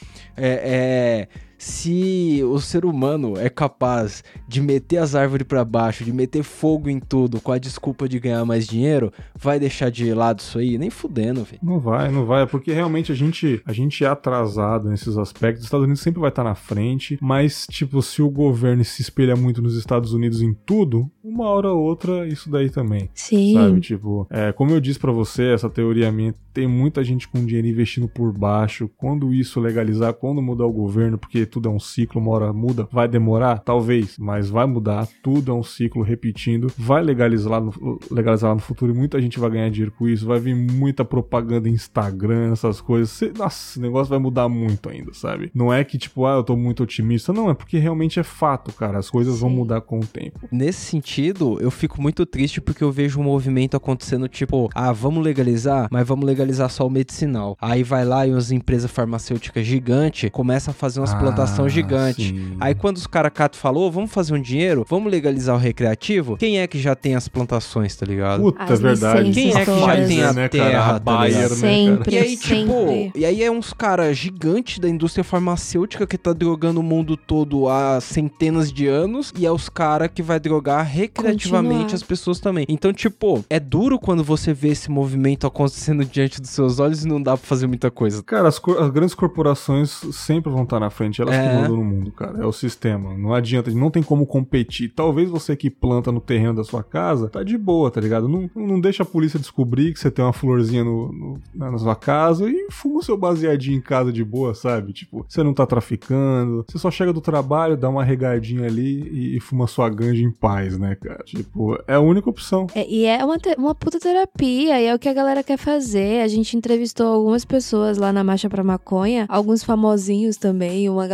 Se o ser humano é capaz de meter as árvores pra baixo, de meter fogo em tudo com a desculpa de ganhar mais dinheiro, vai deixar de lado isso aí? Nem fudendo, velho. Não vai, porque realmente a gente é atrasado nesses aspectos. Os Estados Unidos sempre vai estar na frente, mas, tipo, se o governo se espelha muito nos Estados Unidos em tudo, uma hora ou outra isso daí também. Sim. Sabe, tipo, como eu disse pra você, essa teoria minha, tem muita gente com dinheiro investindo por baixo. Quando isso legalizar, quando mudar o governo, porque tudo é um ciclo, uma hora muda, vai demorar? Talvez, mas vai mudar, tudo é um ciclo repetindo, vai legalizar lá no futuro e muita gente vai ganhar dinheiro com isso, vai vir muita propaganda em Instagram, essas coisas. Nossa, esse negócio vai mudar muito ainda, sabe? Não é que tipo, eu tô muito otimista, não, é porque realmente é fato, cara, as coisas vão mudar com o tempo. Nesse sentido, eu fico muito triste porque eu vejo um movimento acontecendo tipo, vamos legalizar, mas vamos legalizar só o medicinal. Aí vai lá e umas empresas farmacêuticas gigantes começam a fazer umas plantações gigante. Sim. Aí quando os caras falou, vamos fazer um dinheiro, vamos legalizar o recreativo, quem é que já tem as plantações, tá ligado? Puta, é verdade. Quem é que já tem a terra, tá ligado? Sempre, e aí, sempre. E aí é uns caras gigantes da indústria farmacêutica que tá drogando o mundo todo há centenas de anos, e é os caras que vai drogar recreativamente as pessoas também. Então, tipo, é duro quando você vê esse movimento acontecendo diante dos seus olhos e não dá pra fazer muita coisa. Cara, as grandes corporações sempre vão estar na frente, elas que mandam no mundo, cara. É o sistema. Não adianta, não tem como competir. Talvez você que planta no terreno da sua casa, tá de boa, tá ligado? Não deixa a polícia descobrir que você tem uma florzinha na sua casa e fuma o seu baseadinho em casa de boa, sabe? Tipo, você não tá traficando, você só chega do trabalho, dá uma regadinha ali e fuma sua ganja em paz, né, cara? Tipo, é a única opção. E é uma puta terapia, e é o que a galera quer fazer. A gente entrevistou algumas pessoas lá na Marcha pra Maconha, alguns famosinhos também, uma galera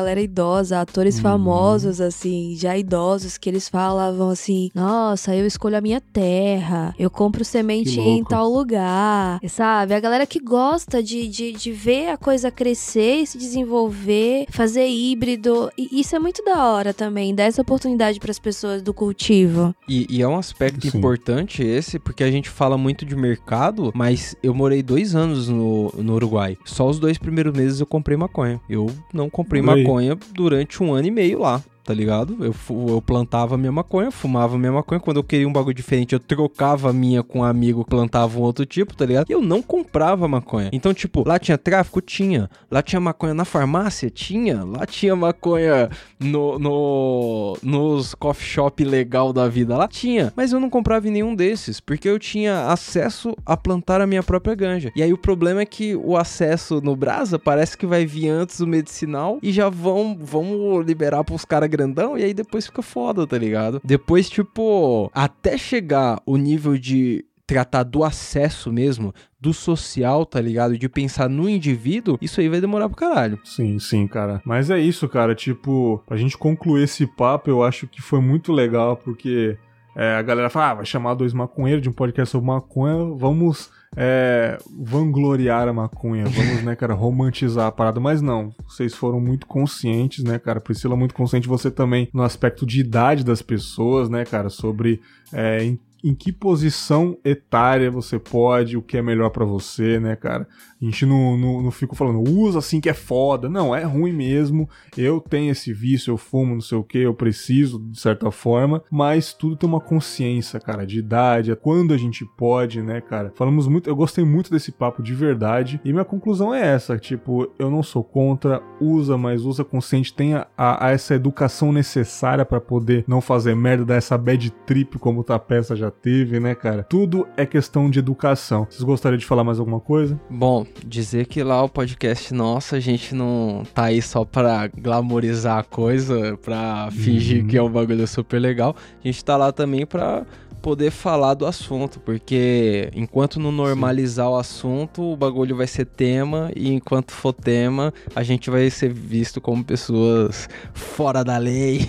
galera idosa, atores famosos, assim, já idosos, que eles falavam assim, nossa, eu escolho a minha terra, eu compro semente em tal lugar, sabe? A galera que gosta de ver a coisa crescer e se desenvolver, fazer híbrido, e isso é muito da hora também, dar essa oportunidade para as pessoas do cultivo. E é um aspecto importante esse, porque a gente fala muito de mercado, mas eu morei 2 anos no Uruguai. Só os 2 primeiros meses eu comprei maconha. Eu não comprei maconha durante 1 ano e meio lá. Tá ligado? Eu plantava minha maconha, fumava minha maconha. Quando eu queria um bagulho diferente, eu trocava a minha com um amigo que plantava um outro tipo, tá ligado? E eu não comprava maconha. Então, tipo, lá tinha tráfico? Tinha. Lá tinha maconha na farmácia? Tinha. Lá tinha maconha nos coffee shop legal da vida? Lá tinha. Mas eu não comprava em nenhum desses, porque eu tinha acesso a plantar a minha própria ganja. E aí o problema é que o acesso no Brasa parece que vai vir antes do medicinal e já vão liberar pros caras grandão, e aí depois fica foda, tá ligado? Depois, tipo, até chegar o nível de tratar do acesso mesmo, do social, tá ligado? De pensar no indivíduo, isso aí vai demorar pro caralho. Sim, cara. Mas é isso, cara, tipo, pra gente concluir esse papo, eu acho que foi muito legal, porque a galera fala, vai chamar 2 maconheiros de um podcast sobre maconha, vamos vangloriar a maconha, vamos, né, cara, romantizar a parada, mas não, vocês foram muito conscientes, né, cara, Priscila muito consciente, você também no aspecto de idade das pessoas, né, cara, sobre em que posição etária você pode, o que é melhor pra você, né, cara? A gente não fica falando, usa assim que é foda. Não, é ruim mesmo. Eu tenho esse vício, eu fumo, não sei o que, eu preciso, de certa forma. Mas tudo tem uma consciência, cara, de idade, quando a gente pode, né, cara? Falamos muito, eu gostei muito desse papo de verdade. E minha conclusão é essa, tipo, eu não sou contra, usa, mas usa consciente, tenha essa educação necessária pra poder não fazer merda, dar essa bad trip como a peça já teve, né, cara? Tudo é questão de educação. Vocês gostariam de falar mais alguma coisa? Bom, dizer que lá o podcast nosso, a gente não tá aí só pra glamorizar a coisa, pra fingir que é um bagulho super legal. A gente tá lá também pra poder falar do assunto, porque enquanto não normalizar o assunto, o bagulho vai ser tema, e enquanto for tema, a gente vai ser visto como pessoas fora da lei.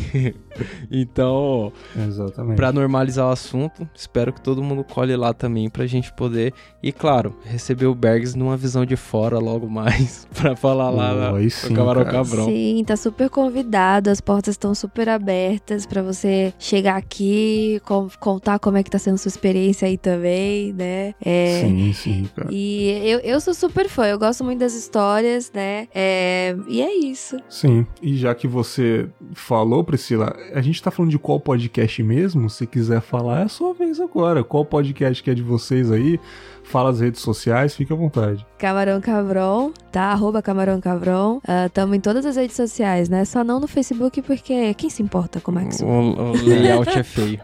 Então, pra normalizar o assunto, espero que todo mundo colhe lá também pra gente poder, e claro, receber o Bergs numa visão de fora logo mais, pra falar lá no Camarão Cabrão. Sim, tá super convidado, as portas estão super abertas pra você chegar aqui, contar como é que tá sendo sua experiência aí também, né? Sim, cara. E eu sou super fã, eu gosto muito das histórias, né? E é isso. Sim, e já que você falou, Priscila, a gente tá falando de qual podcast mesmo? Se quiser falar, é a sua vez agora. Qual podcast que é de vocês aí? Fala as redes sociais, fica à vontade. Camarão Cabrão, tá? @Camarão Cabrão. Tamo em todas as redes sociais, né? Só não no Facebook, porque quem se importa como é que o layout é feio.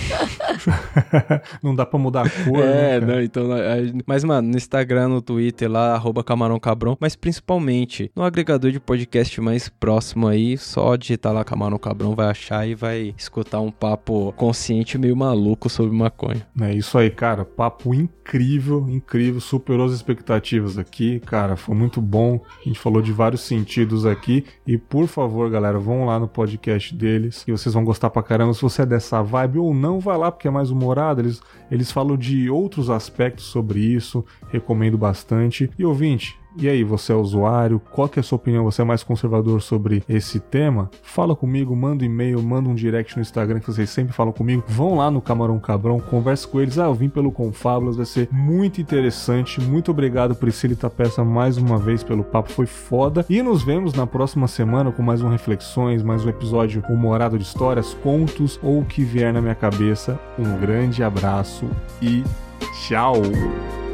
Não dá pra mudar a cor, né, não, então... Mas, mano, no Instagram, no Twitter, lá, @Camarão Cabrão, mas principalmente no agregador de podcast mais próximo aí, só digitar lá Camarão Cabrão, vai achar e vai escutar um papo consciente meio maluco sobre maconha. É isso aí, cara. Papo incrível, superou as expectativas aqui, cara, foi muito bom, a gente falou de vários sentidos aqui, e por favor, galera, vão lá no podcast deles, que vocês vão gostar pra caramba. Se você é dessa vibe ou não, vai lá, porque é mais humorado, eles falam de outros aspectos sobre isso, recomendo bastante. E ouvinte, e aí, você é usuário? Qual que é a sua opinião? Você é mais conservador sobre esse tema? Fala comigo, manda um e-mail, manda um direct no Instagram, que vocês sempre falam comigo. Vão lá no Camarão Cabrão, conversa com eles. Eu vim pelo Confábulas, vai ser muito interessante. Muito obrigado, Priscila e Tapeça, mais uma vez pelo papo, foi foda. E nos vemos na próxima semana com mais um Reflexões, mais um episódio humorado de histórias, contos ou o que vier na minha cabeça. Um grande abraço e tchau!